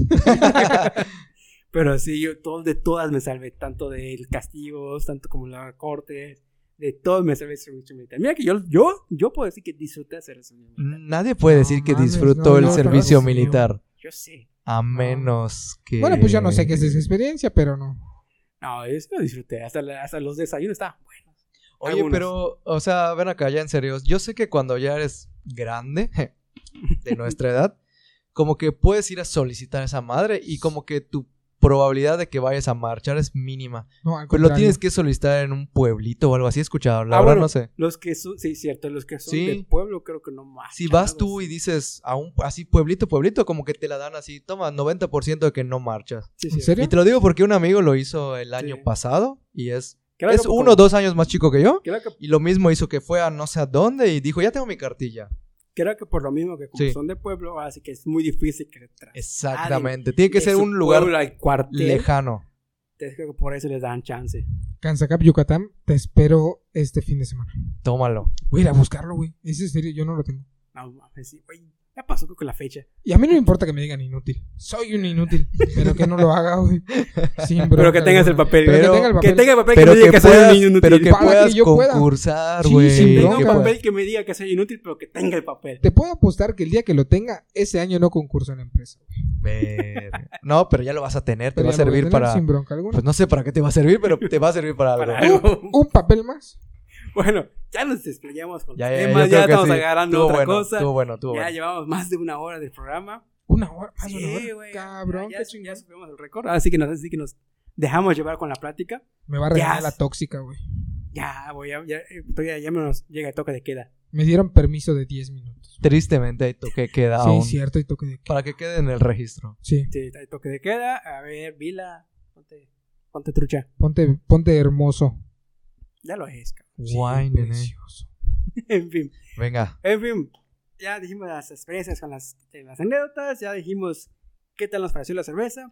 Pero sí, yo todo, de todas me salvé. Tanto de castigos, tanto como la corte. De todos me salvé el servicio militar. Mira que yo, yo, yo puedo decir que disfruté hacer el servicio militar. Nadie puede No decir que mames, disfrutó no, el no, servicio no, no. militar. Yo sé. A menos que. Bueno, pues yo no sé qué es esa experiencia, pero no. No, yo sí lo disfruté. Hasta, la- hasta los desayunos estaban buenos. Oye, Algunos. pero, o sea, ven acá, ya en serio. Yo sé que cuando ya eres grande, de nuestra edad, como que puedes ir a solicitar esa madre y como que tu probabilidad de que vayas a marchar es mínima. No, al Pero lo contrario. tienes que solicitar en un pueblito o algo así, he escuchado. La Ah, verdad bueno, no sé. Los que son, sí, cierto, los que son Sí. del pueblo creo que no más. Si vas tú y dices a un así pueblito, pueblito, como que te la dan así, toma, noventa por ciento de que no marchas. Sí, ¿En sí. serio? Y te lo digo porque un amigo lo hizo el año Sí. pasado y es, Creo es que uno como- o dos años más chico que yo. Creo que, Y lo mismo hizo que fue a no sé a dónde y dijo, ya tengo mi cartilla. creo que por lo mismo que como Sí. son de pueblo, así que es muy difícil que tras- Exactamente. Tiene que de ser su un lugar pueblo al cuartel. lejano. Entonces creo que por eso les dan chance. Kansakap, Yucatán, te espero este fin de semana. Tómalo. Voy a ir a buscarlo, güey. Ese es serio, yo no lo tengo. No mames, sí, güey. Ya pasó creo que la fecha. Y a mí no me importa que me digan inútil. Soy un inútil. Pero que no lo haga, güey. Sin Pero bronca que tengas el alguna. papel. Pero güey. que tenga el papel. Que tenga el papel que Pero me diga que que soy un puedas, niño inútil. pero que Para que puedas yo pueda. concursar, Sí, güey. sin Tenga bronca. un Que puedas- papel que me diga que soy inútil, pero que tenga el papel. Te puedo apostar que el día que lo tenga, ese año no concurso en la empresa, güey. Verga. No, pero ya lo vas a tener. Te Pero va a ya lo voy servir tener para... Sin bronca alguna. Pues no sé para qué te va a servir, pero te va a servir para algo. Para algo. Un papel más. Bueno, ya nos desplayamos con Ya, los ya, temas. yo Ya creo que estamos sí. agarrando Estuvo otra bueno, cosa. Estuvo bueno, estuvo Ya bueno. llevamos más de una hora del programa. Una hora. Más de Sí, una hora. güey. Cabrón, Ya, qué ya, chingón. ya subimos el récord. Así que nos, así que nos dejamos llevar con la plática. Me va a regañar Ya. la tóxica, güey. Ya, voy a, ya, eh, todavía ya me nos llega el toque de queda. Me dieron permiso de diez minutos. Tristemente hay toque queda Sí, aún. cierto, y toque de queda. Para que quede en el registro. Sí. Sí, hay toque de queda. A ver, Vila, ponte, ponte trucha. Ponte, ponte hermoso. Ya lo es, cabrón. Guay, nene. Precioso. En fin, Venga. en fin. Ya dijimos las experiencias con las, eh, las anécdotas. Ya dijimos qué tal nos pareció la cerveza.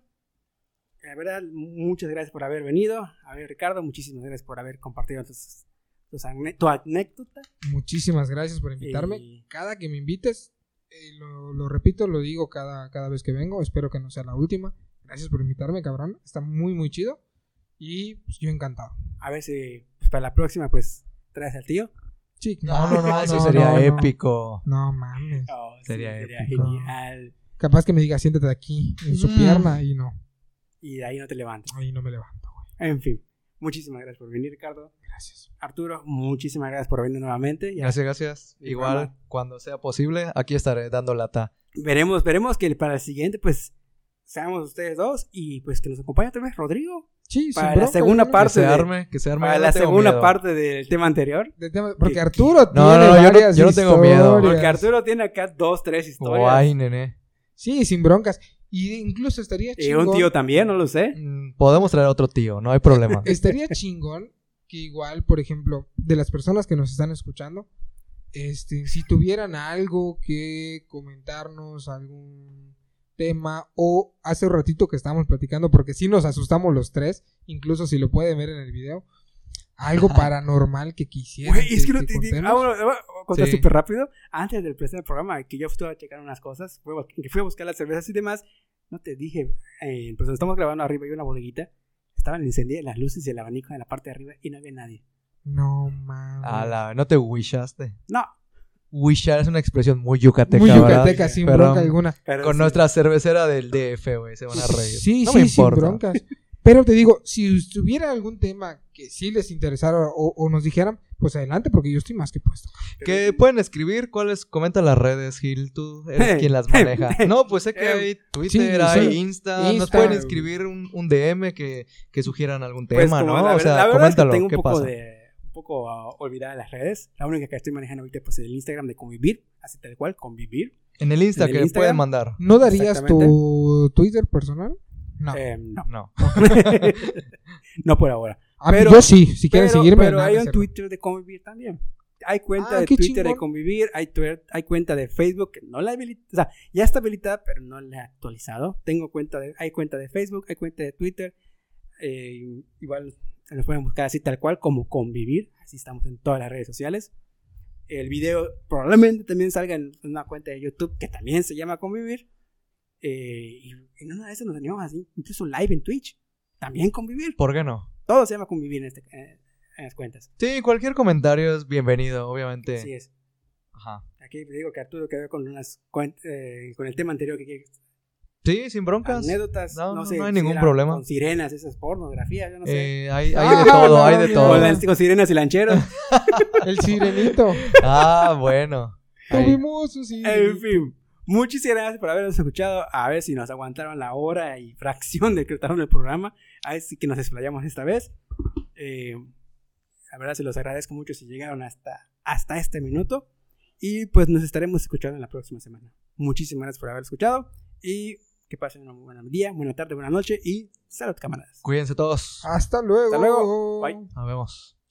La verdad, muchas gracias por haber venido. A ver, Ricardo, muchísimas gracias por haber compartido tus, tus ane- tu anécdota. Muchísimas gracias por invitarme. Y- Cada que me invites, eh, lo, lo repito, lo digo cada, cada vez que vengo. Espero que no sea la última. Gracias por invitarme, cabrón. Está muy, muy chido. Y pues, yo encantado. A ver si pues, para la próxima, pues, traes al tío. Sí, No, no, no, eso no, sería no, no. épico. No mames. Oh, sí, Sería sería épico. genial. Capaz que me diga, siéntate aquí en su Mm. pierna y no. Y de ahí no te levantas. Ahí no me levanto, güey. En fin, muchísimas gracias por venir, Ricardo. Gracias. Arturo, muchísimas gracias por venir nuevamente. Ya Gracias, gracias. Mi Igual, programa. cuando sea posible, aquí estaré dando lata. veremos, veremos que para el siguiente, pues, seamos ustedes dos y pues que nos acompañe otra vez Rodrigo. Sí, Para sin la bronca segunda alguna. parte Que se de- arme, que se arme. Para yo la no tengo segunda miedo. parte del tema anterior. De tema- porque Que- Arturo No, tiene no, no, yo no- varias yo no tengo miedo. historias. Porque Arturo tiene acá dos, tres historias. Guay, nene. Sí, sin broncas. Y incluso estaría Y chingón. un tío también, no lo sé. Mm, Podemos traer otro tío, no hay problema. Estaría chingón que igual, por ejemplo, de las personas que nos están escuchando, este, si tuvieran algo que comentarnos, algún tema o hace un ratito que estábamos platicando, porque sí nos asustamos los tres, incluso si lo pueden ver en el video, algo paranormal que quisieran. Güey, es que, que, no que te digo. contemos. Ah, bueno, voy a contar Sí. súper rápido. Antes del empezar el programa, que yo estuve a checar unas cosas, fui a- que fui a buscar las cervezas y demás. No te dije, eh, pues estamos grabando arriba, hay una bodeguita. Estaban encendidas las luces y el abanico en la parte de arriba y no había nadie. No mames. A la, no te wishaste. No, Wishar es una expresión muy yucateca, Muy ¿verdad? yucateca, sin Pero bronca alguna. pero Con sí. nuestra cervecera del D F, güey, se van a reír. Sí, no sí, me sin importa. broncas. Pero te digo, si tuviera algún tema que sí les interesara o, o nos dijeran, pues adelante, porque yo estoy más que puesto. Que pueden escribir, ¿cuáles? Comenta las redes, Gil, tú eres quien las maneja. No, pues sé que hay Twitter, Sí, hay sí. Insta, nos Insta. pueden escribir un, un D M que, que sugieran algún tema, Pues, como ¿no? la, o ver- sea, la verdad coméntalo, es que tengo un ¿qué poco pasa? de un poco uh, olvidada las redes. La única que estoy manejando ahorita pues, es el Instagram de Convivir, así tal cual, Convivir. En el Insta en el que Instagram. pueden mandar. ¿No darías Exactamente. tu Twitter personal? No. Eh, no, No. no por ahora. A mí pero- yo sí, si quieren pero, seguirme. pero nada, hay no un es cierto. Twitter de Convivir también. Hay cuenta Ah, de qué Twitter de chingón. Convivir, hay, tuer- hay cuenta de Facebook, que no la he habilitado, o sea, ya está habilitada, pero no la he actualizado. Tengo cuenta de, hay cuenta de Facebook, hay cuenta de Twitter, eh, igual nos pueden buscar así tal cual como Convivir, así estamos en todas las redes sociales. El video probablemente también salga en una cuenta de YouTube que también se llama Convivir. Eh, y en una de esas nos animamos así, incluso live en Twitch, también Convivir. ¿Por qué no? Todo se llama Convivir en, este, eh, en las cuentas. Sí, cualquier comentario es bienvenido, obviamente. Así es. Ajá. Aquí te digo que Arturo quedó con unas cuen- eh, con el tema anterior que quiere Sí, sin broncas. anécdotas, No, no, no, sé, no hay si ningún era problema. con sirenas, esas pornografía, yo no sé. Eh, hay, hay Ah, de todo, no, hay de no. todo. con, las- con sirenas y lancheros. El sirenito. Ah, bueno. Ahí. Tuvimos un sirenito. En fin, muchísimas gracias por habernos escuchado. A ver si nos aguantaron la hora y fracción de que estaban el programa. A ver si que nos explayamos esta vez. Eh, la verdad se los agradezco mucho si llegaron hasta, hasta este minuto. Y pues nos estaremos escuchando en la próxima semana. Muchísimas gracias por haber escuchado. Y que pasen un buen día, buena tarde, buena noche. Y salud, camaradas. Cuídense todos. Hasta luego. Hasta luego. Bye. Nos vemos.